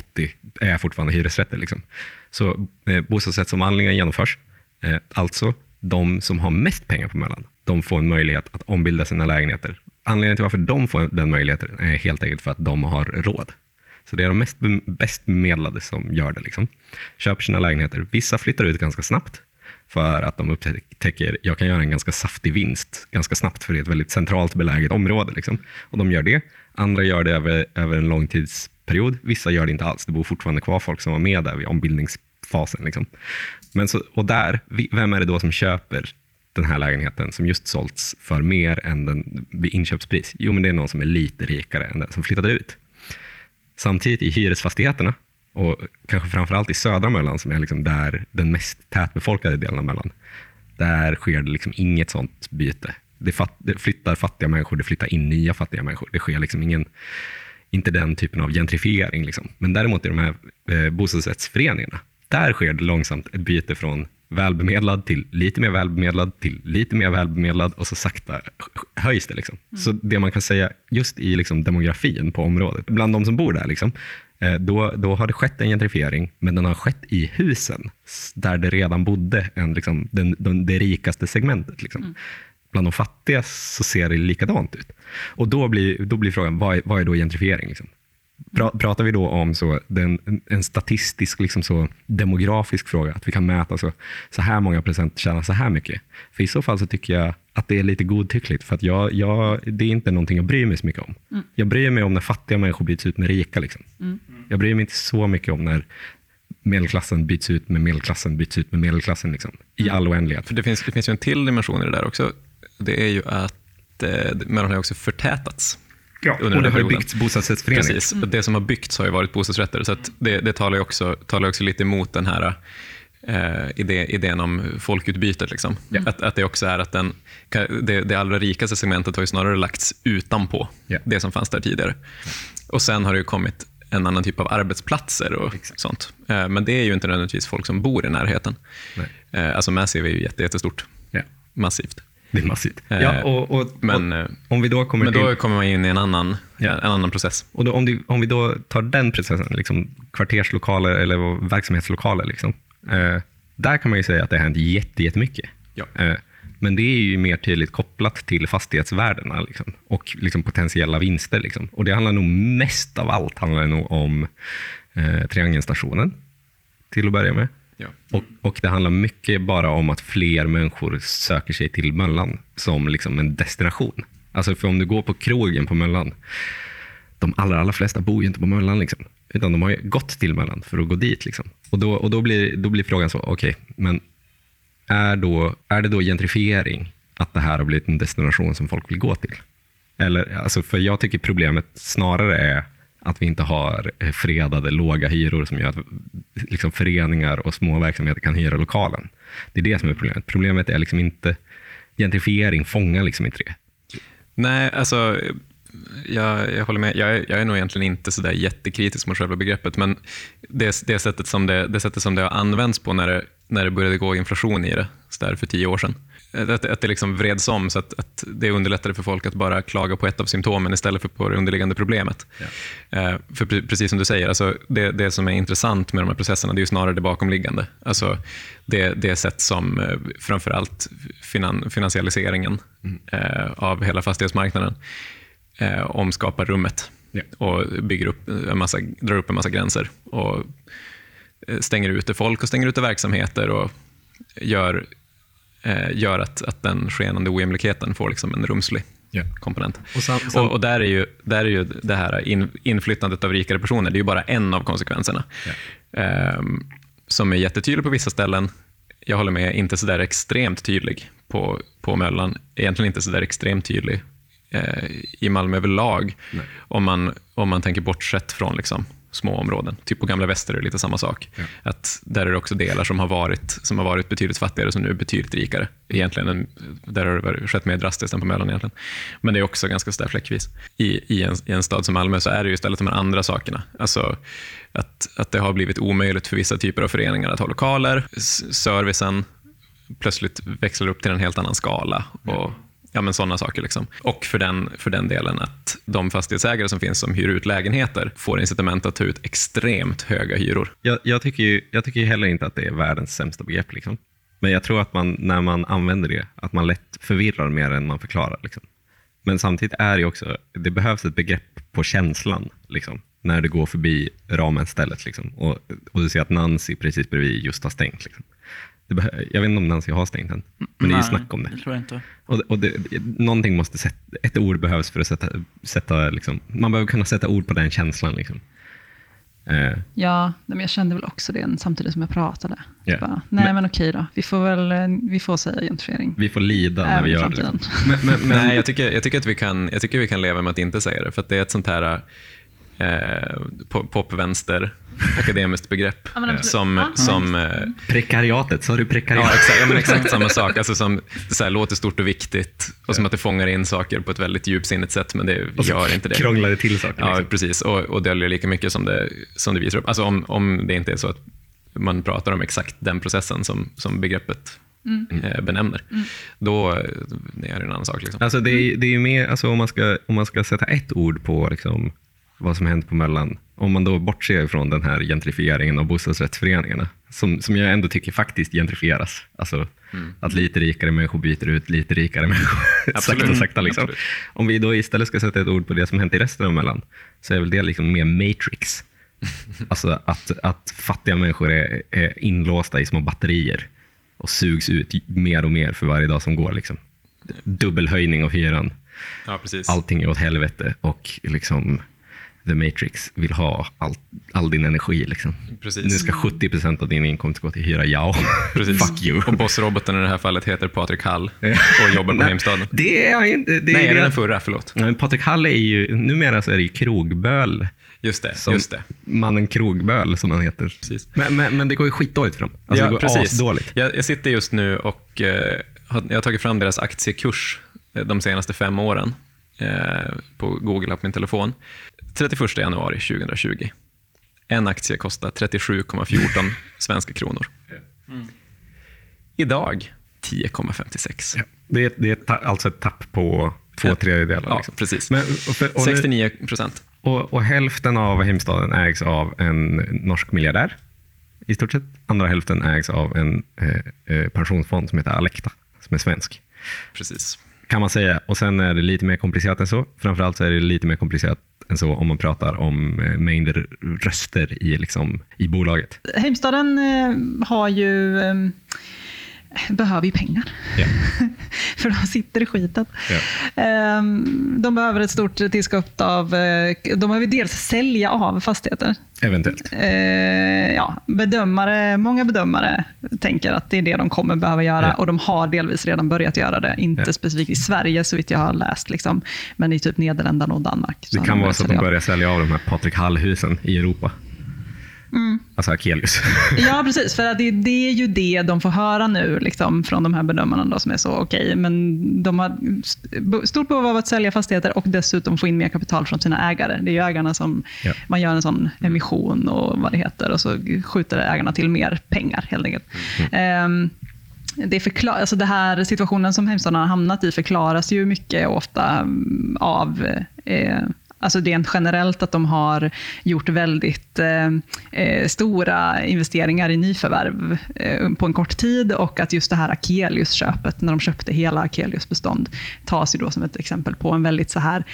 är fortfarande hyresrätter. Liksom. Så bostadsrättsomvandlingar genomförs. Alltså de som har mest pengar på Möllan, de får en möjlighet att ombilda sina lägenheter. Anledningen till varför de får den möjligheten är helt enkelt för att de har råd. Så det är de bäst bemedlade som gör det. Liksom. Köper sina lägenheter. Vissa flyttar ut ganska snabbt för att de upptäcker jag kan göra en ganska saftig vinst ganska snabbt, för det är ett väldigt centralt beläget område. Liksom. Och de gör det. Andra gör det över en lång tidsperiod. Vissa gör det inte alls. Det bor fortfarande kvar folk som var med där vid ombildningsfasen. Liksom. Men och där, vem är det då som köper den här lägenheten som just sålts för mer än den vid inköpspris? Jo, men det är någon som är lite rikare än den som flyttade ut. Samtidigt i hyresfastigheterna, och kanske framförallt i södra Möllan som är liksom där den mest tätbefolkade delen av Möllan, där sker det liksom inget sånt byte. Det flyttar fattiga människor, det flyttar in nya fattiga människor. Det sker liksom inte den typen av gentrifiering. Liksom. Men däremot i de här bostadsrättsföreningarna, där sker det långsamt ett byte från välbemedlad till lite mer välbemedlad till lite mer välbemedlad, och så sakta höjs det. Liksom. Så det man kan säga just i liksom demografin på området, bland de som bor där, liksom, då har det skett en gentrifiering, men den har skett i husen där det redan bodde liksom, det rikaste segmentet. Liksom. Bland de fattiga så ser det likadant ut. Och då blir frågan, vad är då gentrifiering? Liksom? Pratar vi då om en statistisk, liksom så demografisk fråga, att vi kan mäta så här många procent tjänar så här mycket? För i så fall så tycker jag att det är lite godtyckligt, för att det är inte någonting jag bryr mig så mycket om. Jag bryr mig om när fattiga människor byts ut med rika. Liksom. Jag bryr mig inte så mycket om när medelklassen byts ut med medelklassen liksom, i all oändlighet. För det finns ju en till dimension i det där också. Det är ju att Möllan har också förtätats. Ja, och det har byggts bostadsrättsföreningar. Precis, det som har byggts har ju varit bostadsrätter, så att det talar ju också lite emot den här idén om folkutbytet. Liksom. Att det också är att det allra rikaste segmentet har ju snarare lagts utanpå det som fanns där tidigare. Och sen har det ju kommit en annan typ av arbetsplatser och sånt. Men det är ju inte nödvändigtvis folk som bor i närheten. Alltså Massive är ju jättestort. Massivt. Det är massivt. Men om vi då kommer man in i en annan process. Och då, om vi då tar den processen, liksom kvarterslokaler eller verksamhetslokaler, liksom, där kan man ju säga att det har hänt jättemycket. Ja. Men det är ju mer tydligt kopplat till fastighetsvärdena, liksom, och liksom potentiella vinster. Liksom. Och det handlar nog mest av allt om Triangelstationen till att börja med. Ja. Och det handlar mycket bara om att fler människor söker sig till Möllan som liksom en destination. Alltså för om du går på krogen på Möllan, de allra flesta bor ju inte på Möllan, liksom, utan de har ju gått till Möllan för att gå dit. Liksom. Och då blir frågan så, okej, men är det då gentrifiering att det här har blivit en destination som folk vill gå till? Eller, alltså, för jag tycker problemet snarare är att vi inte har fredade låga hyror som gör att liksom föreningar och små verksamheter kan hyra lokalen. Det är det som är problemet. Problemet är liksom inte gentrifiering, fångar liksom inte det. Nej, alltså jag håller med. Jag är nog egentligen inte så där jättekritisk mot själva begreppet, men det sättet som det har använts på när det började gå inflation i det, så där för 10 år sedan. Att det liksom vreds om så att det underlättade för folk att bara klaga på ett av symptomen istället för på det underliggande problemet. Ja. För precis som du säger, alltså det som är intressant med de här processerna, det är ju snarare det bakomliggande. Alltså det sätt som framförallt finansialiseringen av hela fastighetsmarknaden omskapar rummet. Ja. Och drar upp en massa gränser och stänger ute folk och stänger ute verksamheter och gör att den skenande ojämlikheten får liksom en rumslig komponent. Och där är ju det här inflyttandet av rikare personer, det är ju bara en av konsekvenserna. Som är jättetydlig på vissa ställen. Jag håller med, inte så där extremt tydlig på Möllan. Egentligen inte så där extremt tydlig i Malmö överlag. Om man tänker bortsett från liksom små områden. Typ på Gamla Väster är det lite samma sak. Att där är det också delar som har varit betydligt fattigare som nu är betydligt rikare. Egentligen, där har det skett mer drastiskt än på Möllan egentligen. Men det är också ganska så där fläckvis. I en stad som Malmö så är det ju istället de här andra sakerna. Alltså att det har blivit omöjligt för vissa typer av föreningar att ha lokaler. Servicen plötsligt växlar upp till en helt annan skala. Och men sådana saker liksom. Och för den delen att de fastighetsägare som finns som hyr ut lägenheter får incitament att ta ut extremt höga hyror. Jag tycker ju heller inte att det är världens sämsta begrepp liksom. Men jag tror att när man använder det, att man lätt förvirrar mer än man förklarar liksom. Men samtidigt är det också, det behövs ett begrepp på känslan liksom, när det går förbi ramen stället liksom. Och du ser att Nancy precis bredvid just har stängt liksom. Jag vet inte om Nancy har stängt den, men det är ju snack om det. Det tror jag inte. Och någonting måste ett ord behövs för att sätta liksom, man behöver kunna sätta ord på den känslan liksom. Ja, men jag kände väl också det samtidigt som jag pratade. Yeah. Bara, men okej då, vi får säga gentrifiering. Vi får lida när vi gör det. Liksom. Men nej, jag tycker att vi kan leva med att inte säga det, för att det är ett sånt här popvänster akademiskt begrepp som prekariatet, sa du prekariat? Ja, exakt samma sak, alltså som det så här, låter stort och viktigt och som att det fångar in saker på ett väldigt djupsinnigt sätt, men det gör inte det. Krånglar det till saker. Ja, liksom. Precis, och döljer lika mycket som det visar upp. Alltså om det inte är så att man pratar om exakt den processen som begreppet benämner, då är det en annan sak liksom. Alltså det är ju mer, alltså om man ska sätta ett ord på liksom vad som hänt på Möllan, om man då bortser från den här gentrifieringen av bostadsrättsföreningarna som jag ändå tycker faktiskt gentrifieras, alltså att lite rikare människor byter ut lite rikare människor sakta liksom. Absolut. Om vi då istället ska sätta ett ord på det som hänt i resten av Möllan, så är väl det liksom mer Matrix. Alltså att fattiga människor är inlåsta i små batterier och sugs ut mer och mer för varje dag som går liksom. Dubbelhöjning av hyran. Ja, precis. Allting är åt helvete och liksom The Matrix vill ha all din energi liksom. Precis. Nu ska 70% av din inkomst gå till hyra, fuck you. Och bossroboten i det här fallet heter Patrik Hall och jobbar på Heimstaden. Det är inte... Nej, är det den förra, förlåt. Men Patrik Hall är ju, numera så är det ju Krogböl. Just det. Mannen Krogböl som han heter. Precis. Men det går ju skitdåligt för dem. Alltså det går asdåligt. Jag sitter just nu och jag har tagit fram deras aktiekurs de senaste 5 åren på Google på min telefon. 31 januari 2020. En aktie kostar 37,14 svenska kronor. Idag 10,56. Ja, det är alltså ett tapp på 2/3. Ja, liksom. Precis. Men, 69%. Och hälften av Heimstaden ägs av en norsk miljardär. I stort sett. Andra hälften ägs av en pensionsfond som heter Alecta, som är svensk. Precis. Kan man säga. Och sen är det lite mer komplicerat än så. Framförallt så är det lite mer komplicerat än så om man pratar om mängder röster i bolaget. Heimstaden behöver ju pengar. Yeah. För de sitter i skiten. Yeah. De behöver ett stort tillskott av... De behöver dels sälja av fastigheter. Eventuellt. Många bedömare tänker att det är det de kommer behöva göra. Och de har delvis redan börjat göra det. Inte specifikt i Sverige så vitt jag har läst. Liksom, men i typ Nederländerna och Danmark. Det kan vara så att de börjar sälja av de här Patrik Hall-husen i Europa. Alltså Akelius. Ja, precis. För att det är ju det de får höra nu liksom, från de här bedömarna då, som är så okej. Men de har stort behov av att sälja fastigheter och dessutom få in mer kapital från sina ägare. Det är ju ägarna som man gör en sån emission och vad det heter. Och så skjuter ägarna till mer pengar helt enkelt. Alltså det här situationen som Heimstaden har hamnat i förklaras ju mycket ofta av alltså rent generellt att de har gjort väldigt stora investeringar i nyförvärv på en kort tid, och att just det här Akelius-köpet, när de köpte hela Akelius-bestånd, tas ju då som ett exempel på en väldigt så här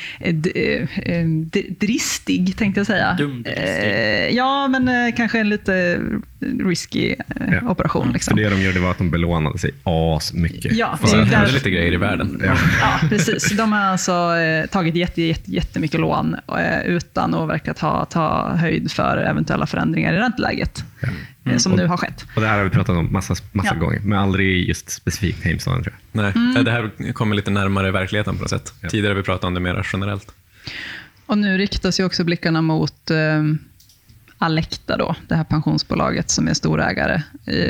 dristig, tänkte jag säga. Ja, men kanske en lite risky operation. Liksom. För det de gjorde var att de belånade sig mycket. Ja, Och sen hände lite grejer i världen. Ja, precis. De har alltså tagit jättemycket lån utan att verka ta höjd för eventuella förändringar i ränteläget som nu har skett. Och det här har vi pratat om massa gånger, men aldrig just specifikt Heimstaden, tror jag. Nej, det här kommer lite närmare verkligheten på något sätt. Ja. Tidigare har vi pratat om det mer generellt. Och nu riktas ju också blickarna mot Alecta då, det här pensionsbolaget som är storägare.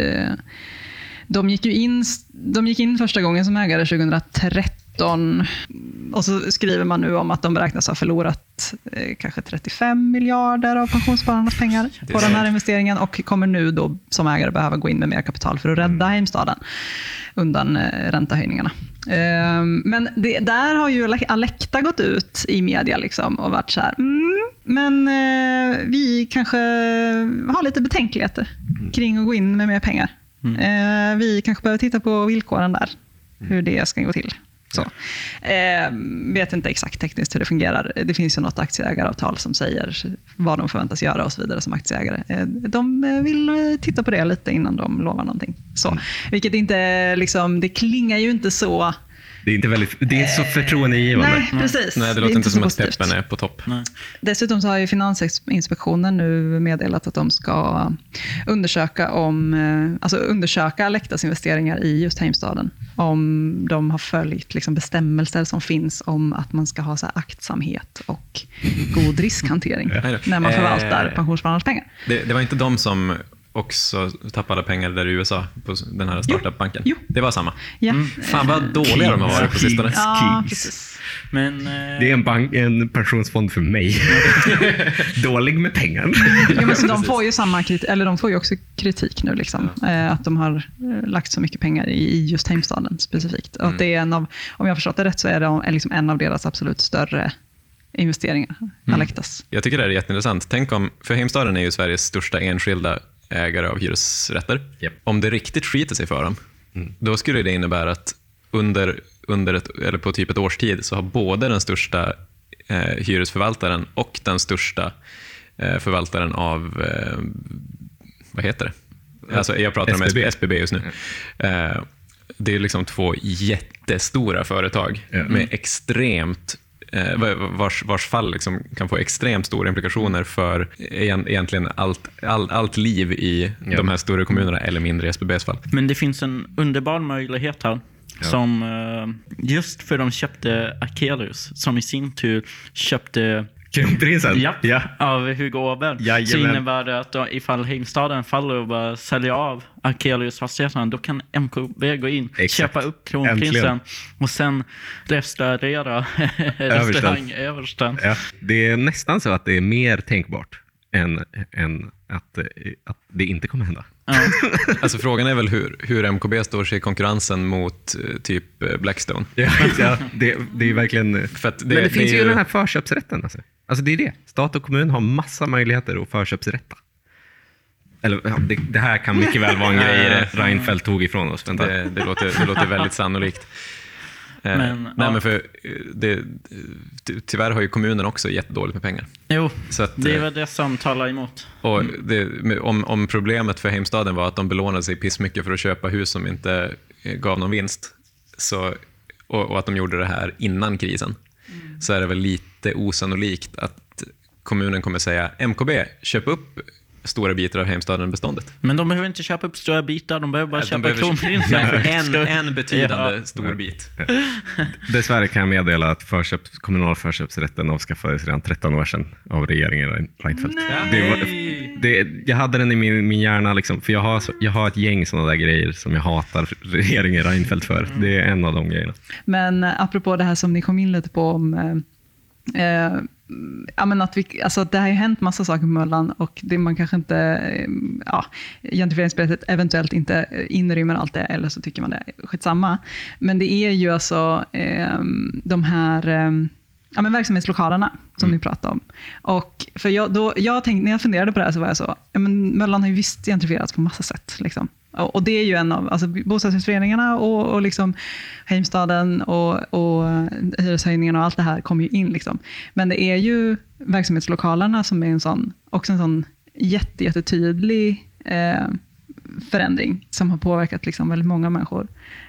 De gick in första gången som ägare 2013, och så skriver man nu om att de beräknas ha förlorat kanske 35 miljarder av pensionsspararnas pengar på den här investeringen, och kommer nu då som ägare behöva gå in med mer kapital för att rädda Heimstaden undan räntehöjningarna. Men där har ju Alecta gått ut i media liksom och varit så här, men vi kanske har lite betänkligheter kring att gå in med mer pengar. Vi kanske behöver titta på villkoren där, hur det ska gå till. Så. Vet inte exakt tekniskt hur det fungerar. Det finns ju något aktieägaravtal som säger vad de förväntas göra och så vidare som aktieägare. De vill titta på det lite innan de lovar någonting. Så. Vilket inte liksom, det klingar ju inte så. Det är inte så förtroendegivande. Nej, precis. Nej, det låter inte som att peppen är på topp. Nej. Dessutom så har ju Finansinspektionen nu meddelat att de ska undersöka Alectas investeringar i just Heimstaden. Om de har följt liksom bestämmelser som finns om att man ska ha så här aktsamhet och god riskhantering när man förvaltar pensionsspararnas pengar. Det var inte de som också tappade pengar där i USA på den här startup-banken. Jo. Det var samma. Ja. Fan vad dåliga de har varit på sistone. Ja, precis. Men, det är en pensionsfond för mig. Dålig med pengar. Ja, men så de får ju de får ju också kritik nu liksom, att de har lagt så mycket pengar i just Heimstaden specifikt. Och det är om jag förstått det rätt, så är det liksom en av deras absolut större investeringar, Alectas. Jag tycker det är jätteintressant. Tänk för Heimstaden är ju Sveriges största enskilda ägare av hyresrätter. Yep. Om det riktigt skiter sig för dem, då skulle det innebära att eller på typ ett års tid så har både den största hyresförvaltaren och den största förvaltaren av vad heter det? Alltså jag pratar om SBB just nu. Det är liksom 2 jättestora företag med extremt vars fall liksom kan få extremt stora implikationer för egentligen allt liv i de här stora kommunerna, eller mindre i SBBs fall. Men det finns en underbar möjlighet här som just för de köpte Akelius, som i sin tur köpte Kronprinsen? Av Hugo Åberg. Så innebär det att ifall Heimstaden faller och bara säljer av Akelius fastigheterna, då kan MKB gå in, köpa upp Kronprinsen och sen restaurera restaurangöversten. Ja, det är nästan så att det är mer tänkbart än att det inte kommer hända. Ja. Alltså frågan är väl hur MKB står sig i konkurrensen mot typ Blackstone. Ja, det är verkligen. Men det finns ju den här förköpsrätten. Alltså det är det. Stat och kommun har massa möjligheter att förköpsrätta. Eller det här kan mycket väl vara en grej Reinfeldt tog ifrån oss. Det låter väldigt sannolikt. Men för tyvärr har ju kommunen också jättedåligt med pengar. Jo, så att, det är väl det som talar emot. Och om problemet för Heimstaden var att de belånade sig pissmycket för att köpa hus som inte gav någon vinst, och att de gjorde det här innan krisen, så är det väl lite osannolikt att kommunen kommer säga MKB, köp upp stora bitar av Heimstaden-beståndet. Men de behöver inte köpa upp stora bitar, de behöver bara köpa Kronprinsen. En betydande stor bit. Dessvärre kan jag meddela att kommunal förköpsrätten avskaffades redan 13 år sedan av regeringen Reinfeldt. Jag hade den i min hjärna, liksom, för jag har ett gäng sådana där grejer som jag hatar regeringen Reinfeldt för. Det är en av de grejerna. Men apropå det här som ni kom in lite på om men att det har ju hänt massa saker på Möllan, och det man kanske inte, gentrifieringsarbetet eventuellt inte inrymmer allt det, eller så tycker man det är skitsamma. Men det är ju alltså de här men verksamhetslokalerna som ni pratade om. Och för jag tänkte, när jag funderade på det här så var jag så, men Möllan har ju visst gentrifierats på massa sätt. Liksom. Och det är ju en av alltså, bostadsrättsföreningarna och liksom Heimstaden och hyreshöjningen och allt det här kommer ju in. Liksom. Men det är ju verksamhetslokalerna som är en sån jättetydlig förändring som har påverkat liksom väldigt många människor.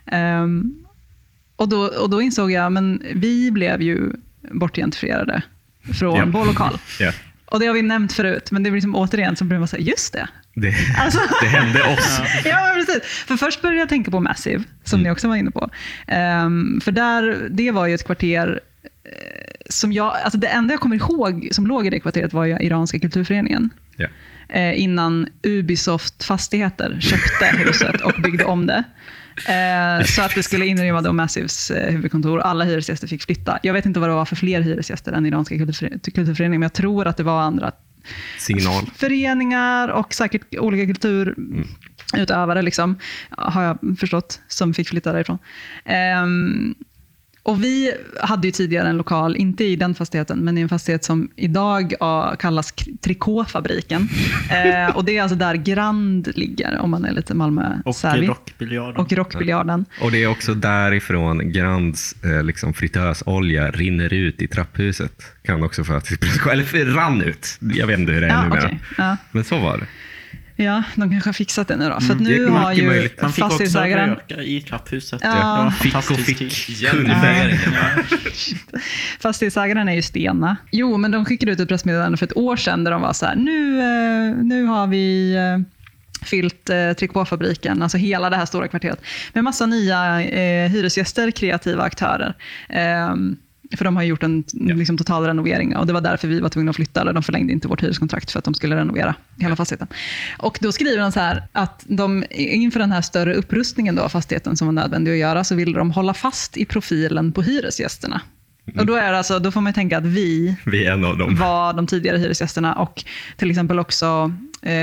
Och då insåg jag, men vi blev ju bortgentrifierade från vår lokal. Yeah. Och det har vi nämnt förut, men det blir liksom återigen så blir man säga, just det. Det hände oss. Ja, precis. För först började jag tänka på Massive, som ni också var inne på. För det var ju ett kvarter som alltså det enda jag kommer ihåg som låg i det kvarteret var ju Iranska kulturföreningen. Yeah. Innan Ubisoft Fastigheter köpte huset och byggde om det. Så att det skulle inrymma då Massives huvudkontor. Alla hyresgäster fick flytta. Jag vet inte vad det var för fler hyresgäster än Iranska kulturföreningen, men jag tror att det var andra föreningar och säkert olika kulturutövare liksom, har jag förstått, som fick flytta därifrån. Och vi hade ju tidigare en lokal, inte i den fastigheten, men i en fastighet som idag kallas Trikåfabriken. Och det är alltså där Grand ligger, om man är lite Malmö-savvy. Och Rockbiljarden. Och det är också därifrån Grands liksom fritösolja rinner ut i trapphuset. Kan också eller rann ut. Jag vet inte hur det är numera. Okay. Ja. Men så var det. Ja, de kanske har fixat det nu då. För att nu har ju man fick också röka i trapphuset. Ja. Fastighetsägaren är ju Stena. Jo, men de skickade ut ett pressmeddelande för ett år sedan där de var så här, nu har vi fyllt Trikåfabriken, alltså hela det här stora kvarteret, med massa nya hyresgäster, kreativa aktörer. För de har gjort en liksom, total renovering och det var därför vi var tvungna att flytta, eller de förlängde inte vårt hyreskontrakt för att de skulle renovera hela fastigheten. Och då skriver de så här att de inför den här större upprustningen då av fastigheten som var nödvändig att göra, så ville de hålla fast i profilen på hyresgästerna. Och då är det alltså, då får man tänka att vi är en av dem. Var de tidigare hyresgästerna, och till exempel också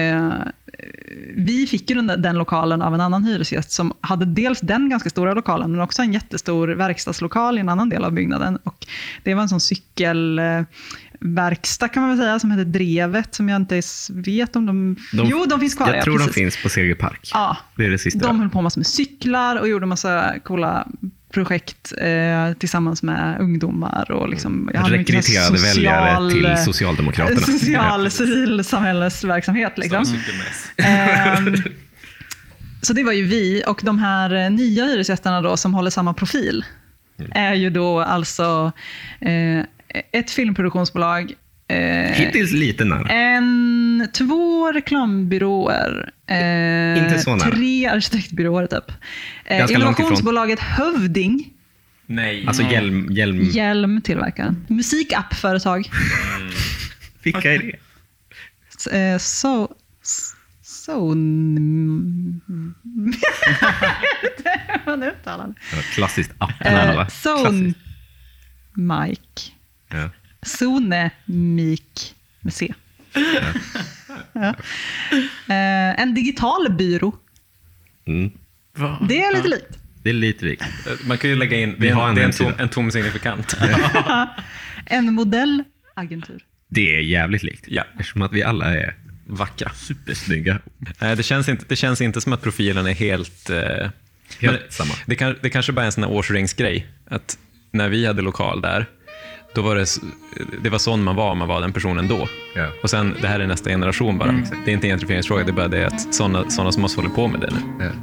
vi fick ju den lokalen av en annan hyresgäst som hade dels den ganska stora lokalen, men också en jättestor verkstadslokal i en annan del av byggnaden. Och det var en sån cykelverkstad kan man väl säga, som heter Drevet, som jag inte vet om de finns kvar. Jag tror de finns på Segerpark. Ja, det är det sista. De höll på med cyklar och gjorde massa coola projekt tillsammans med ungdomar och liksom, rekryterade väljare till Socialdemokraterna. Civilsamhällesverksamhet liksom. Så det var ju vi, och de här nya hyresgästerna då som håller samma profil är ju då alltså ett filmproduktionsbolag, hittills lite nära. 2 reklambyråer, inte så nära. 3 arkitektbyråer typ. Innovationsbolaget Hövding. Nej. Alltså hjälmtillverkaren. Musikappföretag. Vilka är det? Klassiskt appen. Mike. Ja. Sonemik med C. Ja. En digital byrå. Det är lite likt. Det är lite likt. Man kan ju lägga in, det är en tom signifikant. En modellagentur. Det är jävligt likt. Ja. Eftersom att vi alla är vackra. Supersnygga. Det känns inte som att profilen är helt samma. Det kanske bara är en sån här årsringsgrej. Att när vi hade lokal där, då var det var sån man var den personen då. Ja. Och sen, det här är nästa generation bara. Det är inte en gentrifieringsfråga, det är bara det att såna som oss håller på med det nu. Ja.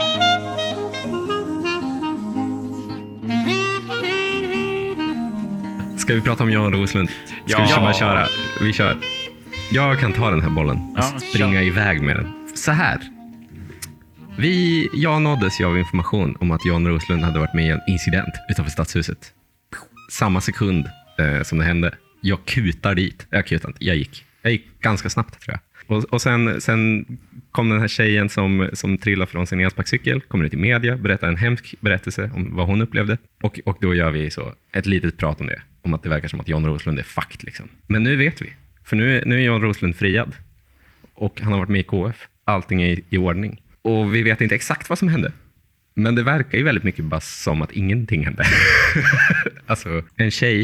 Ska vi prata om Jan Roslund? Ska vi bara köra? Vi kör. Jag kan ta den här bollen och springa iväg med den. Så här. Jag nåddes av information om att Jan Roslund hade varit med i en incident utanför Stadshuset. Samma sekund som det hände. Jag kutar dit. Jag gick ganska snabbt tror jag. Och sen kom den här tjejen som trillade från sin elsparkcykel, kommer ut i media, berättar en hemsk berättelse om vad hon upplevde. Och då gör vi så ett litet prat om det. Om att det verkar som att Jan Roslund är fakt liksom. Men nu vet vi. För nu är Jan Roslund friad. Och han har varit med i KF. Allting är i ordning. Och vi vet inte exakt vad som hände. Men det verkar ju väldigt mycket bara som att ingenting hände. Alltså, en tjej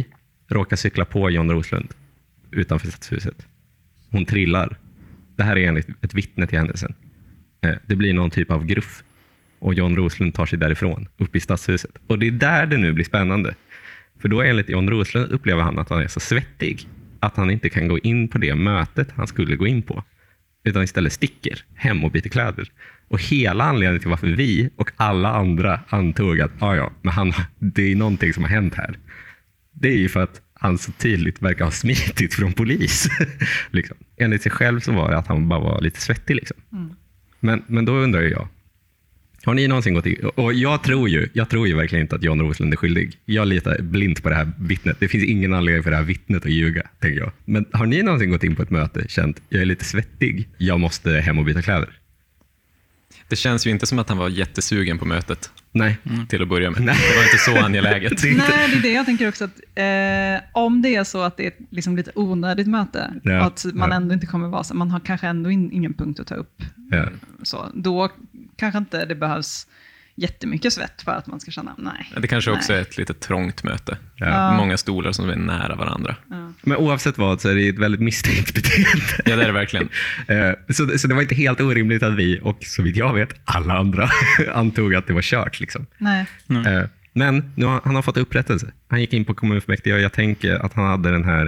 råkar cykla på John Roslund utanför stadshuset. Hon trillar. Det här är enligt ett vittne till händelsen. Det blir någon typ av gruff. Och John Roslund tar sig därifrån, upp i stadshuset. Och det är där det nu blir spännande. För då enligt John Roslund upplever han att han är så svettig att han inte kan gå in på det mötet han skulle gå in på. Utan istället sticker hem och byter kläder. Och hela anledningen till varför vi och alla andra antog att men det är någonting som har hänt här. Det är ju för att han så tydligt verkar ha smitit från polis. liksom. Enligt sig själv så var det att han bara var lite svettig. Liksom. Men då undrar jag, har ni någonsin gått in? Och jag tror ju verkligen inte att John Roslund är skyldig. Jag litar blint på det här vittnet. Det finns ingen anledning för det här vittnet att ljuga, tänker jag. Men har ni någonsin gått in på ett möte, känt jag är lite svettig, jag måste hem och byta kläder? Det känns ju inte som att han var jättesugen på mötet. Nej. Till att börja med. Nej. Det var inte så angeläget. Nej, det är det jag tänker också. Att, om det är så att det är liksom lite onödigt möte och att man ändå inte kommer vara så, man har kanske ändå ingen punkt att ta upp. Ja. Så, då kanske inte det behövs jättemycket svett för att man ska känna nej. Det kanske också är ett lite trångt möte. Ja. Många stolar som är nära varandra. Ja. Men oavsett vad så är det ett väldigt misstänkt beteende. Ja, det är det verkligen. Så det var inte helt orimligt att vi, och så vitt jag vet, alla andra antog att det var kört. Liksom. Nej. Men nu han har fått upprättelse. Han gick in på kommunfullmäktige och jag tänker att han hade den här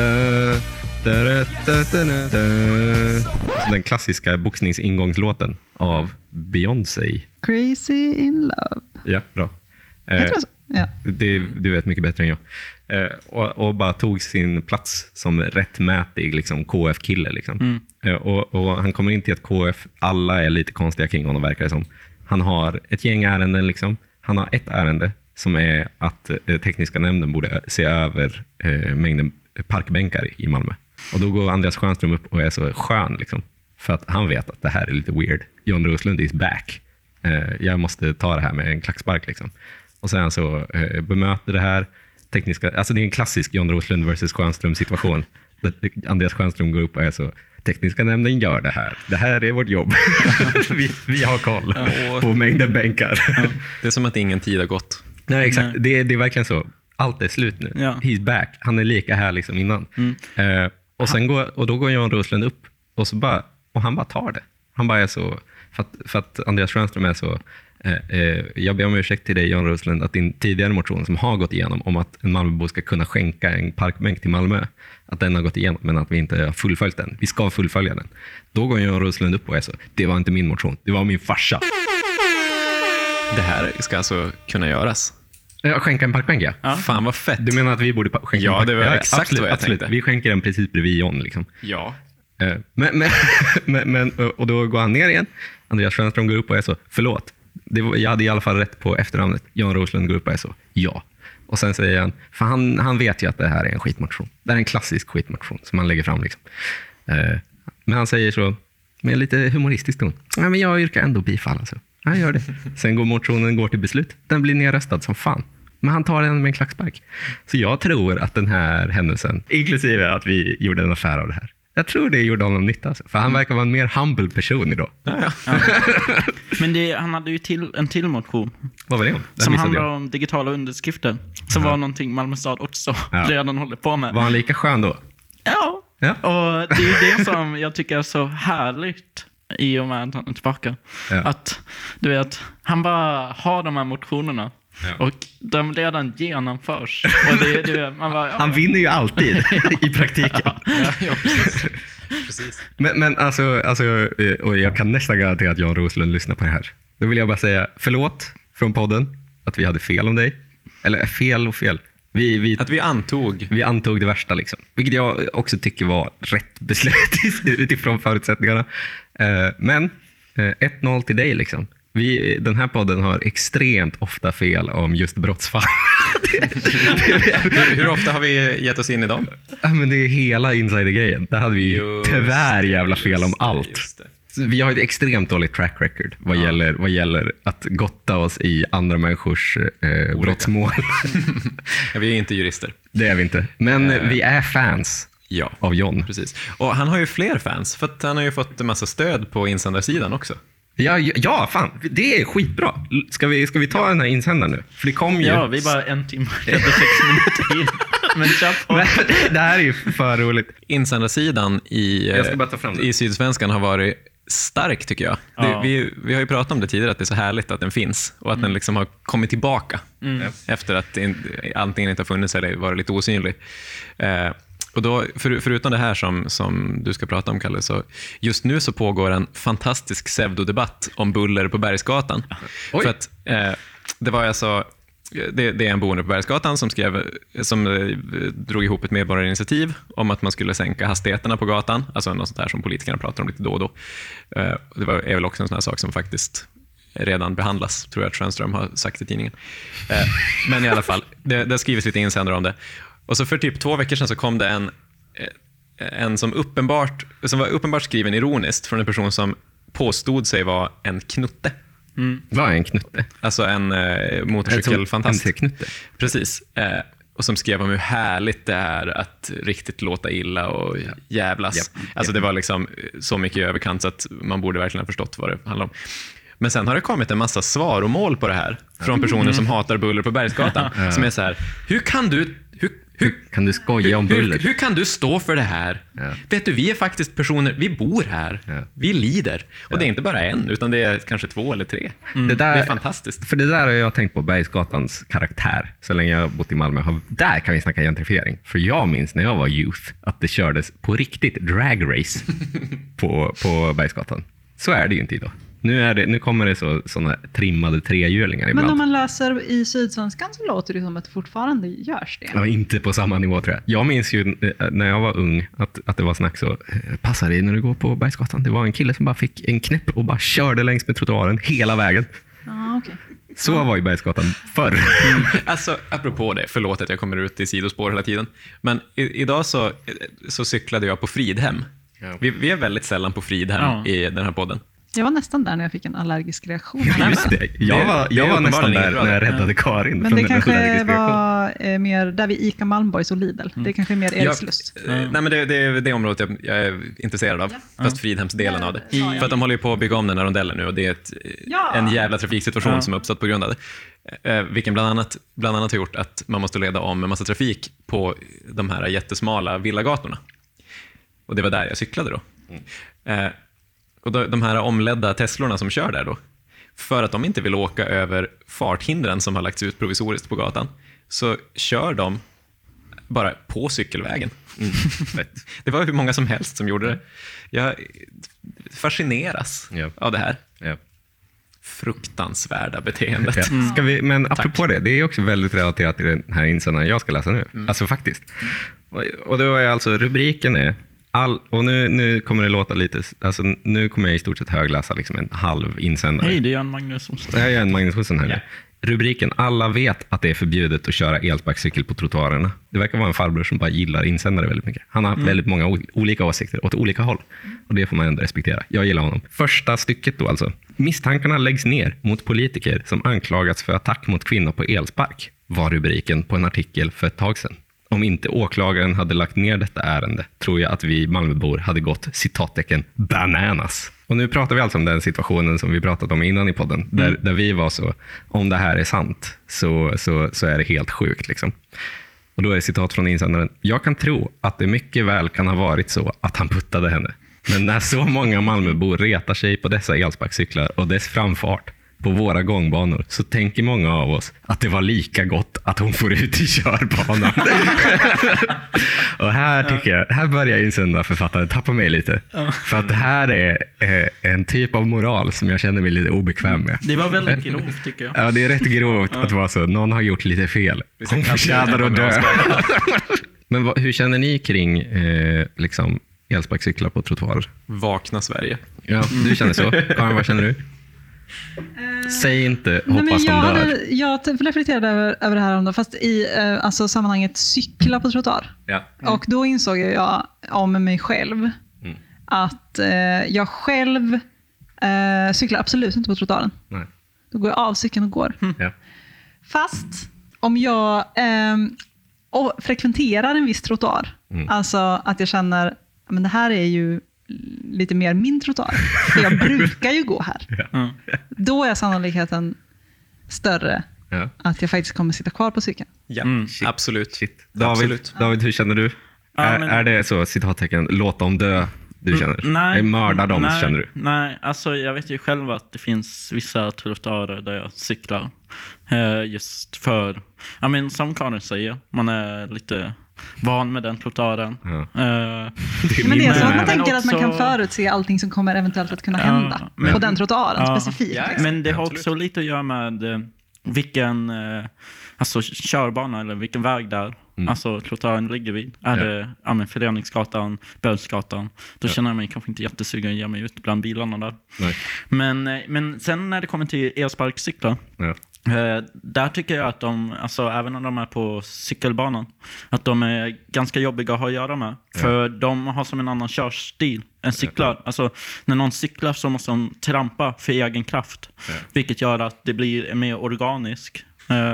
den klassiska boxningsingångslåten av Beyoncé. Crazy in love. Ja, bra. Jag tror så. Ja. Du vet mycket bättre än jag. Och bara tog sin plats som rättmätig liksom, KF-kille. Liksom. Och han kommer in till att KF, alla är lite konstiga kring honom, verkar det som. Han har ett gäng ärenden. Liksom. Han har ett ärende som är att tekniska nämnden borde se över mängden parkbänkar i Malmö. Och då går Andreas Schönström upp och är så skön. Liksom, för att han vet att det här är lite weird. John Roslund is back. Jag måste ta det här med en klackspark. Liksom. Och sen så bemöter det här tekniska, alltså det är en klassisk John Roslund versus Schönström situation. Andreas Schönström går upp och är så, tekniska nämnden gör det här. Det här är vårt jobb. vi har koll på mängden bänkar. Det är som att ingen tid har gått. Nej, exakt. Det är verkligen så. Allt är slut nu. Ja. He's back. Han är lika här som innan. Och då går John Roslund upp och han bara tar det. Han bara är så, för att Andreas Schönström är så, jag ber om ursäkt till dig John Roslund att din tidigare motion som har gått igenom om att en Malmöbo ska kunna skänka en parkbänk till Malmö, att den har gått igenom men att vi inte har fullföljt den. Vi ska fullfölja den. Då går John Roslund upp och är så, det var inte min motion, det var min farsa. Det här ska alltså kunna göras. Skänka en parkbänk, ja. Fan vad fett. Du menar att vi borde skänka en parkbänk? Ja, det var exakt absolut, vad jag absolut. tänkte. Vi skänker den precis bredvid John. Liksom. Ja. Men, och då går han ner igen. Andreas Schönström går upp och är så, förlåt. Jag hade i alla fall rätt på efternamnet. John Roslund går upp och är så, ja. Och sen säger han, för han vet ju att det här är en skitmotion. Det är en klassisk skitmotion som han lägger fram. Liksom. Men han säger så, med lite humoristisk ton. Ja, men jag yrkar ändå bifall alltså. Han gör det. Sen går motionen till beslut. Den blir nedröstad som fan. Men han tar den med en klackspark. Så jag tror att den här händelsen, inklusive att vi gjorde en affär av det här, jag tror det gjorde honom nytta. Alltså. För han verkar vara en mer humble person idag. Ja. Men han hade ju en till motion. Vad var det om? Som handlar om digitala underskrifter. Som var någonting Malmö stad också redan håller på med. Var han lika skön då? Ja. Och det är ju det som jag tycker är så härligt i och med att han är tillbaka. Ja. Att du vet, han bara har de här motionerna. Ja. Och de redan genomförs. Och man bara, han vinner ju alltid i praktiken. Ja, precis. Men alltså, och jag kan nästan garantera att John Roslund lyssnar på det här. Då vill jag bara säga förlåt från podden att vi hade fel om dig. Eller fel och fel. Att vi antog det värsta liksom. Vilket jag också tycker var rätt beslut utifrån förutsättningarna. Men 1-0 till dig liksom. Den här podden har extremt ofta fel om just brottsfall. Hur ofta har vi gett oss in i dem? Ja, men det är hela insider-grejen. Där hade vi tyvärr jävla fel om allt. Vi har ett extremt dåligt track record vad gäller att gotta oss i andra människors brottsmål. Ja, vi är inte jurister. Det är vi inte. Men vi är fans av John. Precis. Och han har ju fler fans för att han har ju fått en massa stöd på insändarsidan också. Ja, fan. Det är skitbra. Ska vi ta den här insändaren nu? För det kom ju... Ja, vi är bara 1 timme och 6 minuter in. Men kör på. Men det här är ju för roligt. Insändarsidan Jag ska bara ta fram det. i Sydsvenskan har varit stark, tycker jag. Ja. Vi har ju pratat om det tidigare, att det är så härligt att den finns och att den liksom har kommit tillbaka efter att det antingen inte har funnits eller varit lite osynlig. Och då, förutom det här som du ska prata om, Kalle, så just nu så pågår en fantastisk pseudodebatt om buller på Bergsgatan. Oj. För att det var alltså... Det är en boende på Bergsgatan som drog ihop ett medborgarinitiativ om att man skulle sänka hastigheterna på gatan. Alltså något sånt här som politikerna pratar om lite då och då. Det är väl också en sån här sak som faktiskt redan behandlas, tror jag att Schönström har sagt i tidningen. Men i alla fall, det har skrivits lite insändare om det. Och så för typ 2 veckor sedan så kom det en som var uppenbart skriven ironiskt från en person som påstod sig vara en knutte. Vad är en knutte? Alltså en motorcykelfantast. MC-knutte. Precis. Och som skrev om hur härligt det är att riktigt låta illa och jävlas. Alltså det var liksom så mycket i överkant så att man borde verkligen ha förstått vad det handlar om. Men sen har det kommit en massa svar och mål på det här från personer som hatar buller på Bergsgatan. Som är så här, hur Kan du skoja om buller? hur kan du stå för det här? Ja. Vet du, vi är faktiskt personer, vi bor här. Ja. Vi lider. Och det är inte bara en, utan det är kanske 2 eller 3. Det är fantastiskt. För det där har jag tänkt på Bergsgatans karaktär så länge jag har bott i Malmö. Där kan vi snacka gentrifiering. För jag minns när jag var youth att det kördes på riktigt dragrace på Bergsgatan. Så är det ju inte idag. Nu kommer det såna trimmade trehjulingar ibland. Men om man läser i Sydsvenskan så låter det som att det fortfarande görs det. Ja, inte på samma nivå, tror jag. Jag minns ju när jag var ung att det var snack så, passa dig när du går på Bergsgatan. Det var en kille som bara fick en knäpp och bara körde längs med trottoaren hela vägen. Ja, okej. Så var ju Bergsgatan förr. Alltså, apropå det, förlåt att jag kommer ut i sidospår hela tiden. Men idag så cyklade jag på Fridhem. Ja. Vi är väldigt sällan på Fridhem i den här podden. Jag var nästan där när jag fick en allergisk reaktion. Just det. Jag var nästan där när jag räddade Karin. Men det kanske var mer där vid Ica Malmborgs och Lidl. Det kanske är mer Erikslust. Nej, men det är det området jag är intresserad av. Fast Fridhemsdelen av det. För att de håller ju på att bygga om den här rondellen nu och det är en jävla trafiksituation som har uppstått på grund av det. Vilken bland annat har gjort att man måste leda om en massa trafik på de här jättesmala villagatorna. Och det var där jag cyklade då. Och de här omledda Teslorna som kör där då, för att de inte vill åka över farthindren som har lagts ut provisoriskt på gatan, så kör de bara på cykelvägen. Det var hur många som helst som gjorde det. Jag fascineras av det här. Fruktansvärda beteendet. Men apropå det är också väldigt relaterat till den här insändaren jag ska läsa nu. Alltså faktiskt. Och då är alltså rubriken är och nu kommer det låta lite, alltså nu kommer jag i stort sett högläsa liksom en halv insändare. Hej, det är Jan Magnus Olsson. Det är Jan Magnus Olsson här. Rubriken: alla vet att det är förbjudet att köra elsparkcykel på trottoarerna. Det verkar vara en farbror som bara gillar insändare väldigt mycket. Han har väldigt många olika åsikter åt olika håll. Och det får man ändå respektera. Jag gillar honom. Första stycket då alltså. Misstankarna läggs ner mot politiker som anklagats för attack mot kvinnor på elspark, var rubriken på en artikel för ett tag sedan. Om inte åklagaren hade lagt ner detta ärende tror jag att vi Malmöbor hade gått citattecken bananas. Och nu pratar vi alltså om den situationen som vi pratat om innan i podden. Där vi var så, om det här är sant så är det helt sjukt liksom. Och då är citat från insändaren: jag kan tro att det mycket väl kan ha varit så att han puttade henne. Men när så många Malmöbor retar sig på dessa elsparkcyklar och dess framfart på våra gångbanor så tänker många av oss att det var lika gott att hon får ut i körbanan. Och här tycker jag, här börjar insända författaren tappa mig lite. För att det här är en typ av moral som jag känner mig lite obekväm med. Det var väldigt grovt, tycker jag. Ja, det är rätt grovt att vara så. Någon har gjort lite fel. Hon förtjänar att dö. Men hur känner ni kring liksom elsparkcyklar på trottoarer? Vakna Sverige. Ja, du känner så. Karin, vad känner du? Säg inte hoppas de dör. Jag reflekterade över det här om det, fast i alltså sammanhanget cykla på trottoar. Och då insåg jag om mig själv att jag själv cyklar absolut inte på trottoaren. Nej. Då går jag av cykeln och går. Fast om jag frekventerar en viss trottoar, alltså att jag känner men det här är ju lite mer min trottoar. För jag brukar ju gå här. Då är sannolikheten större att jag faktiskt kommer sitta kvar på cykeln. Ja, absolut. Shit. Absolut. David, hur känner du? Är det så, citattecken, låt dem dö du känner? Nej. Mörda dem, nej, känner du? Nej, alltså jag vet ju själv att det finns vissa trottoarer där jag cyklar. Just för, som Karin säger, man är lite van med den trottoaren. Ja. Men det är så att man tänker också, att man kan förutse allting som kommer eventuellt att kunna hända på den trottoaren specifikt. Ja, liksom. Men det har också lite att göra med vilken körbana eller vilken väg där alltså trottoaren ligger vid. Är det Föreningsgatan, Bölsgatan, då känner jag mig kanske inte jättesugen att ge mig ut bland bilarna där. Nej. Men sen när det kommer till elsparkcyklar, där tycker jag att de, alltså även när de är på cykelbanan, att de är ganska jobbiga att ha att göra med. För de har som en annan körstil än cyklar. Alltså när någon cyklar så måste de trampa för egen kraft. Vilket gör att det blir mer organisk.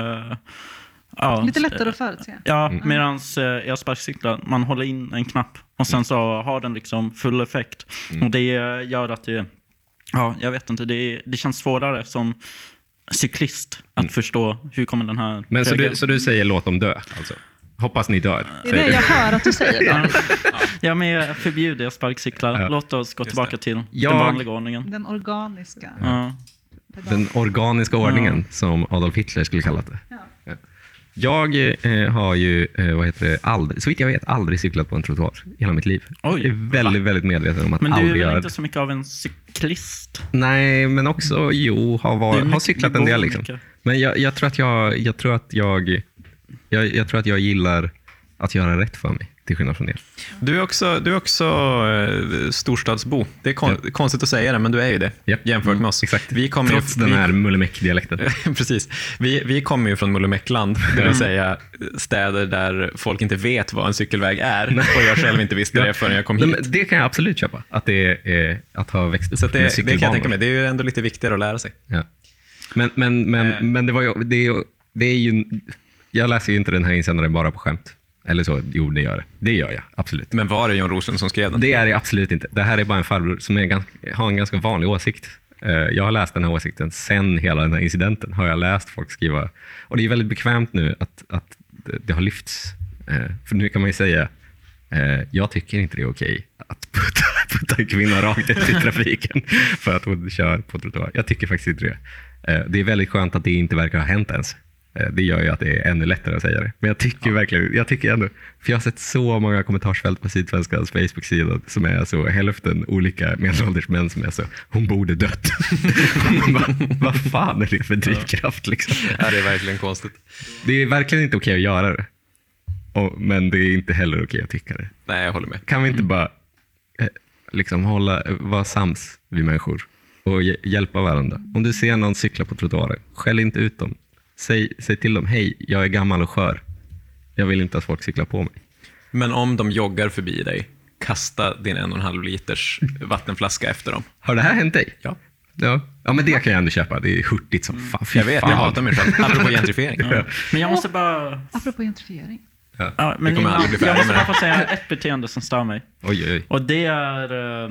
Lite lättare att förutse. Ja, medans elsparkcyklar, man håller in en knapp och sen så har den liksom full effekt. Och det gör att det, jag vet inte, det känns svårare som cyklist att förstå hur kommer den här... Men så du säger låt dem dö, alltså? Hoppas ni dör. Det är det jag hör att du säger då. Ja, men jag förbjuder sparkscyklar. Låt oss gå tillbaka till den vanliga ordningen. Den organiska. Den organiska ordningen, som Adolf Hitler skulle kalla det. Jag har ju, såvitt jag vet, aldrig cyklat på en trottoar i hela mitt liv. Jag är väldigt, väldigt medveten om att men aldrig du är göra väl inte så mycket av en cyklist? Nej, men också, har cyklat en del liksom. Men jag tror att jag gillar att göra rätt för mig, till skillnad från er. Du är också storstadsbo. Det är konstigt att säga det, men du är ju det jämfört med oss. Exakt. Trots den här Mullemäck-dialekten. Precis. Vi kommer ju från Mullemäckland, det vill säga städer där folk inte vet vad en cykelväg är. Och jag själv inte visste det förrän jag kom hit. Det kan jag absolut köpa, att det är att ha växt upp så med cykelbanor. Det kan jag tänka mig. Det är ju ändå lite viktigare att lära sig. Ja. Men det är ju... Jag läser ju inte den här insändaren bara på skämt. Eller så, jo det gör det. Det gör jag, absolut. Men var det Jon Rosen som skrev den? Det är det absolut inte. Det här är bara en farbror som har en ganska vanlig åsikt. Jag har läst den här åsikten sen hela den här incidenten. Har jag läst folk skriva. Och det är väldigt bekvämt nu att det har lyfts. För nu kan man ju säga, jag tycker inte det är okej att putta en kvinna rakt ut i trafiken för att hon kör på trottoar. Jag tycker faktiskt inte det. Det är väldigt skönt att det inte verkar ha hänt ens. Det gör ju att det är ännu lättare att säga det. Men jag tycker ändå, för jag har sett så många kommentarsfält på Sydsvenskans Facebook-sida som är så hälften olika medelålders män som är så, hon borde dött. Vad fan är det för drivkraft liksom? Ja, det är verkligen konstigt. Det är verkligen inte okej att göra det. Men det är inte heller okej att tycka det. Nej, jag håller med. Kan vi inte bara liksom vara sams vi människor och hjälpa varandra? Om du ser någon cykla på trottoaren, skäll inte ut dem. Säg till dem, hej, jag är gammal och skör. Jag vill inte att folk cyklar på mig. Men om de joggar förbi dig, kasta din 1,5 liters vattenflaska efter dem. Har det här hänt dig? Ja. Ja, men det kan jag ändå köpa. Det är hurtigt som fan. Jag vet, jag hatar mig själv. Apropå gentrifiering. Men jag måste bara... Apropå gentrifiering. Men kommer aldrig bli färdig jag måste med bara få säga ett beteende som stör mig. Oj. Och det är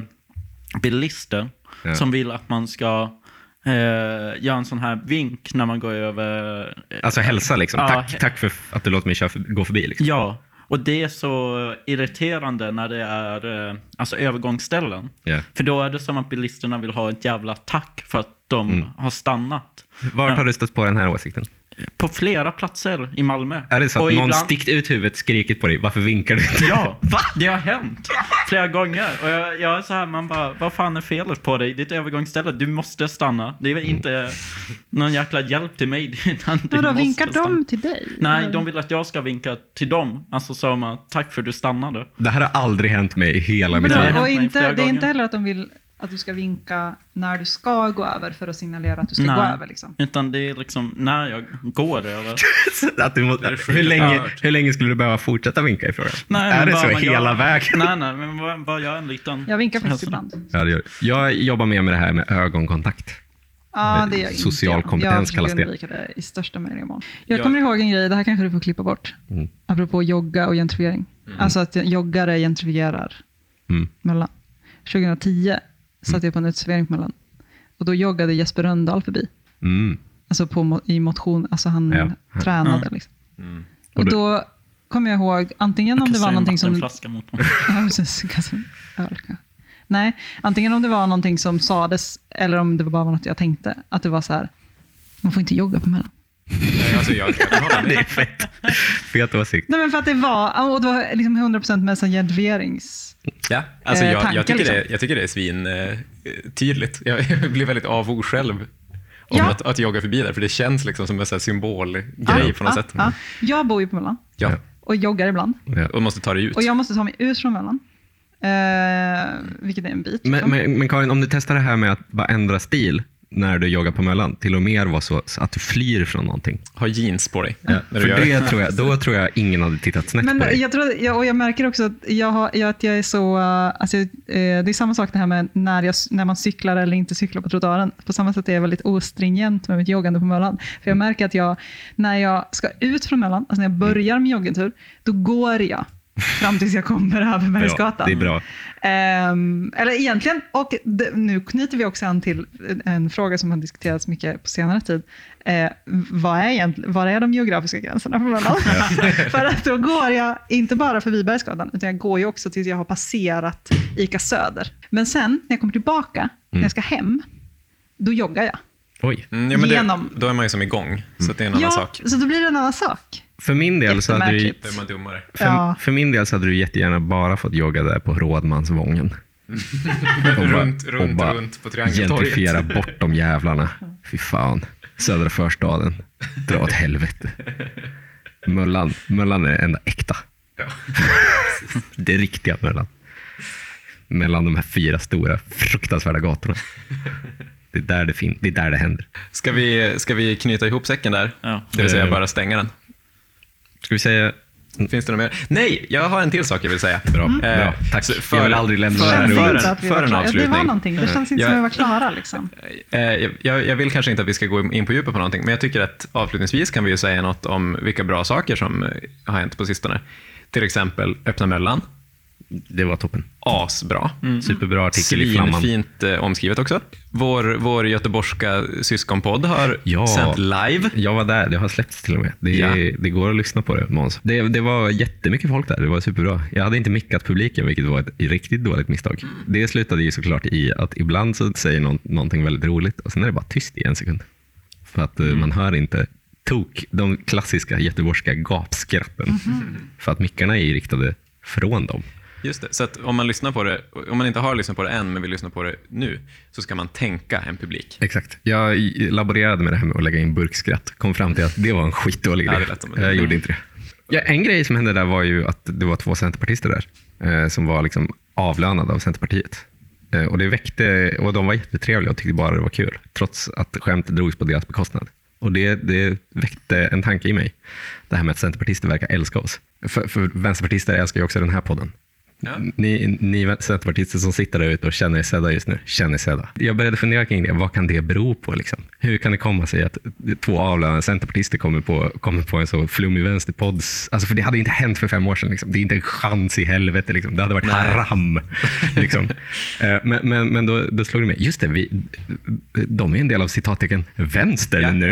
bilister som vill att man ska göra en sån här vink när man går över... Alltså hälsa liksom. Tack för att du låter mig gå förbi liksom. Ja, och det är så irriterande när det är alltså övergångsställen. För då är det som att bilisterna vill ha ett jävla tack för att de har stannat. Vart har du stött på den här åsikten? På flera platser i Malmö. Är det så att någon stickt ut huvudet, skrikit på dig? Varför vinkar du inte? Ja, det har hänt flera gånger. Och jag är så här, man bara, vad fan är felet på dig? Det är ett övergångsställe, du måste stanna. Det är väl inte någon jäkla hjälp till mig. Och då vinkar de till dig? Nej, de vill att jag ska vinka till dem. Alltså som att, tack för att du stannade. Det här har aldrig hänt mig i hela mitt liv. Och det är inte heller att de vill att du ska vinka när du ska gå över för att signalera att du ska gå över liksom. Utan det är liksom när jag går över. Att du måste, hur länge skulle du behöva fortsätta vinka i frågan? Nej, är det så hela vägen? Nej, men bara gör en liten... Jag vinkar faktiskt ibland. Ja, det gör. Jag jobbar med det här med ögonkontakt. Ja, det gör jag inte. Social kompetens kallas det. Jag undviker det i största möjliga mån. Jag kommer ihåg en grej, det här kanske du får klippa bort. Apropå jogga och gentrifiering. Alltså att joggare gentrifierar mellan. 2010 satt jag på en uteservering mellan. Och då joggade Jesper Rönndahl förbi. Alltså i motion, alltså han tränade liksom. Och då kommer jag ihåg, antingen om det var någonting som... en flaska mot honom. Ja, precis. Nej, antingen om det var någonting som sades eller om det var bara något jag tänkte. Att det var så här, man får inte jogga på mellan. Alltså jag Det är fett. Fet åsikt. Nej, men för att det var liksom 100% med en identifierings... Ja, alltså jag tycker, liksom. jag tycker det är svin tydligt. Jag blir väldigt avog själv om att jogga förbi där, för det känns liksom som en sån här symbolgrej på något sätt. Ja. Jag bor ju på mellan och joggar ibland. Ja. Och måste ta dig ut. Och jag måste ta mig ut från mellan. Vilket är en bit. Men Karin, om du testar det här med att bara ändra stil när du joggar på mellan, till och med vara så att du flyr från någonting. Ha jeans på dig. Ja, för det tror jag ingen hade tittat snett på dig. Jag märker också att jag är så... Alltså, det är samma sak det här med när man cyklar eller inte cyklar på trottoaren. På samma sätt är jag väldigt ostringent med mitt joggande på mellan. För jag märker att när jag ska ut från mellan, alltså när jag börjar min joggentur, då går jag fram tills jag kommer över Bergsgatan. Det är bra. Eller egentligen, och nu knyter vi också an till en fråga som har diskuterats mycket på senare tid. Vad är de geografiska gränserna på mellan? För att då går jag inte bara förbi Bergsgatan, utan jag går ju också tills jag har passerat ICA Söder. Men sen, när jag kommer tillbaka, när jag ska hem, då joggar jag. Oj. Men då är man ju som igång, så det är en annan sak. Så då blir det en annan sak. För min del så hade du, Då är man dummare. för min del så hade du jättegärna bara fått jogga där på Rådmansvången. runt på Triangeltorget. Gentrifiera bort de jävlarna. Fy fan. Södra förstaden. Dra åt helvete. Möllan är enda äkta. Ja. Det är riktiga Möllan. Mellan de här 4 stora fruktansvärda gatorna. Det är där det händer. Ska vi knyta ihop säcken där? Ja. Det vill säga bara stänga den. Ska vi säga... Finns det något mer? Nej, jag har en till sak jag vill säga. Bra, tack. Jag vill aldrig lämna det här rummet. För en avslutning. Det var någonting. Det känns inte som att vi var klara. Liksom. Jag vill kanske inte att vi ska gå in på djupet på någonting, men jag tycker att avslutningsvis kan vi ju säga något om vilka bra saker som har hänt på sistone. Till exempel Öppna Möllan. Det var toppen. Asbra. Superbra artikel i Flamman. Fint omskrivet också. Vår göteborgska syskonpodd har sänt live. Jag var där, det har släppts till och med. Det går att lyssna på det, Måns. Det var jättemycket folk där, det var superbra. Jag hade inte mickat publiken, vilket var ett riktigt dåligt misstag. Det slutade ju såklart i att ibland så säger någonting väldigt roligt och sen är det bara tyst i en sekund. För att man hör inte de klassiska göteborgska gapskratten. För att mickarna är ju riktade från dem. Just det, så att om man lyssnar på det, om man inte har lyssnat på det än men vill lyssna på det nu, så ska man tänka en publik. Exakt. Jag laborerade med det här med att lägga in burkskratt. Kom fram till att det var en skitdålig grej. Jag gjorde inte det. Ja, en grej som hände där var ju att det var 2 centerpartister där som var liksom avlönade av Centerpartiet. Och och de var jättetrevliga och tyckte bara det var kul, trots att skämt drogs på deras bekostnad. Och det väckte en tanke i mig. Det här med att centerpartister verkar älska oss. För vänsterpartister älskar ju också den här podden. Ja. Ni centerpartister som sitter där ute och känner er sedda just nu, känner sedda. Jag började fundera kring det. Vad kan det bero på? Liksom? Hur kan det komma sig att 2 avlönade centerpartister kommer på en så flummig vänsterpodd? Alltså, för det hade inte hänt för 5 år sedan. Liksom. Det är inte en chans i helvete. Liksom. Det hade varit haram. Liksom. Men då slog det mig. Just det, de är en del av citattecken vänster nu.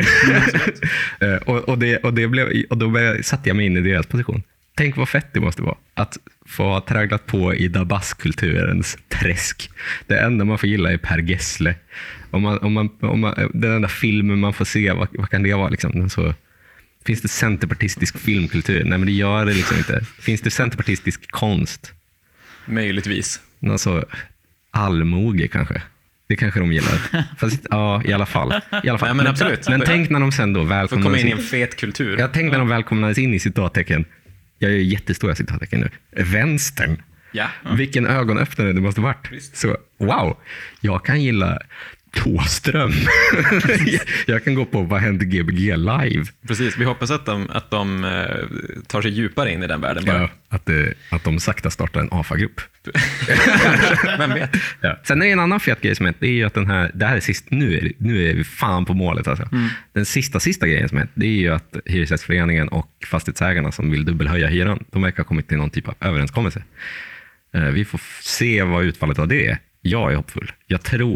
och då satte jag mig in i deras position. Tänk vad fett det måste vara att få ha tragglat på i Dabas-kulturens träsk. Det enda man får gilla är Per Gessle. Den enda filmen man får se, vad kan det vara? Liksom? Så, finns det centerpartistisk filmkultur? Nej, men det gör det liksom inte. Finns det centerpartistisk konst? Möjligtvis. Alltså, allmoge kanske. Det kanske de gillar. Fast, ja, i alla fall. Ja, men absolut. Men tänk när de sen då välkomnades komma in i en fet kultur. Jag tänkte när de välkomnades in i citattecken. Jag gör jättestora citattecken nu. Vänstern. Ja. Vilken ögonöppnare det måste varit. Visst. Så wow, jag kan gilla Thåström. Jag kan gå på Vad händer GBG live. Precis, vi hoppas att de tar sig djupare in i den världen. Bara. Ja, att de sakta startar en AFA-grupp. Vem vet? Ja. Sen är det en annan fet grej som hänt. Det är ju att det här är sist. Nu är vi fan på målet. Alltså. Den sista grejen som hänt, det är ju att Hyresgästföreningen och fastighetsägarna som vill dubbelhöja hyran, de verkar ha kommit till någon typ av överenskommelse. Vi får se vad utfallet av det är. Jag är hoppfull. Jag tror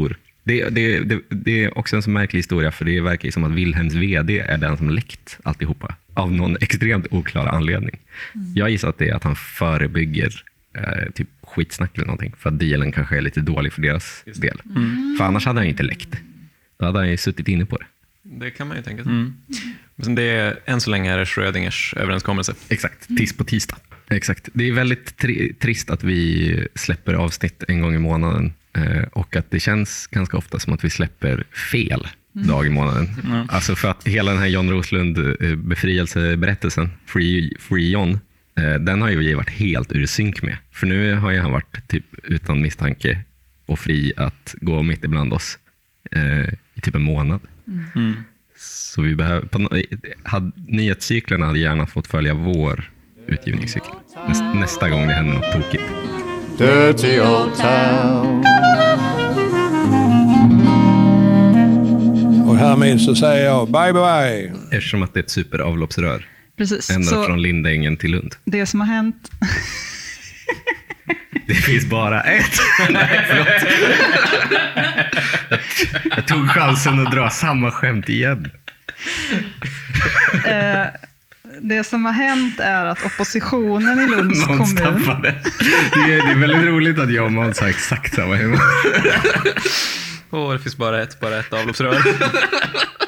Det är också en så märklig historia, för det verkar ju som att Wilhelms vd är den som läckt alltihopa av någon extremt oklar anledning. Jag gissar att det är att han förebygger typ skitsnack eller någonting, för att dealen kanske är lite dålig för deras del. För annars hade han ju inte läckt. Då hade han ju suttit inne på det. Det kan man ju tänka sig. Men det är, än så länge är det Schrödingers överenskommelse. Exakt, på tisdag. Exakt. Det är väldigt trist att vi släpper avsnitt en gång i månaden, och att det känns ganska ofta som att vi släpper fel dag i månaden. Alltså för att hela den här John Roslund befrielseberättelsen, Free John, den har ju vi varit helt ur synk med. För nu har ju han varit typ utan misstanke och fri att gå mitt ibland oss i typ en månad. Så vi nyhetscyklerna hade gärna fått följa vår utgivningscykel. Nästa gång det händer något tokigt. Dirty old town. Och härmed så säger jag bye bye. Eftersom att det är ett superavloppsrör. Precis. Ända Så från Lindängen till Lund. det som har hänt... Det finns bara ett. Nej, förlåt. Jag tog chansen att dra samma skämt igen. Det som har hänt är att oppositionen i Lunds Måns kommun... tappade. Det är väldigt roligt att jag och Måns har exakt samma humor. Det finns bara ett avloppsrör.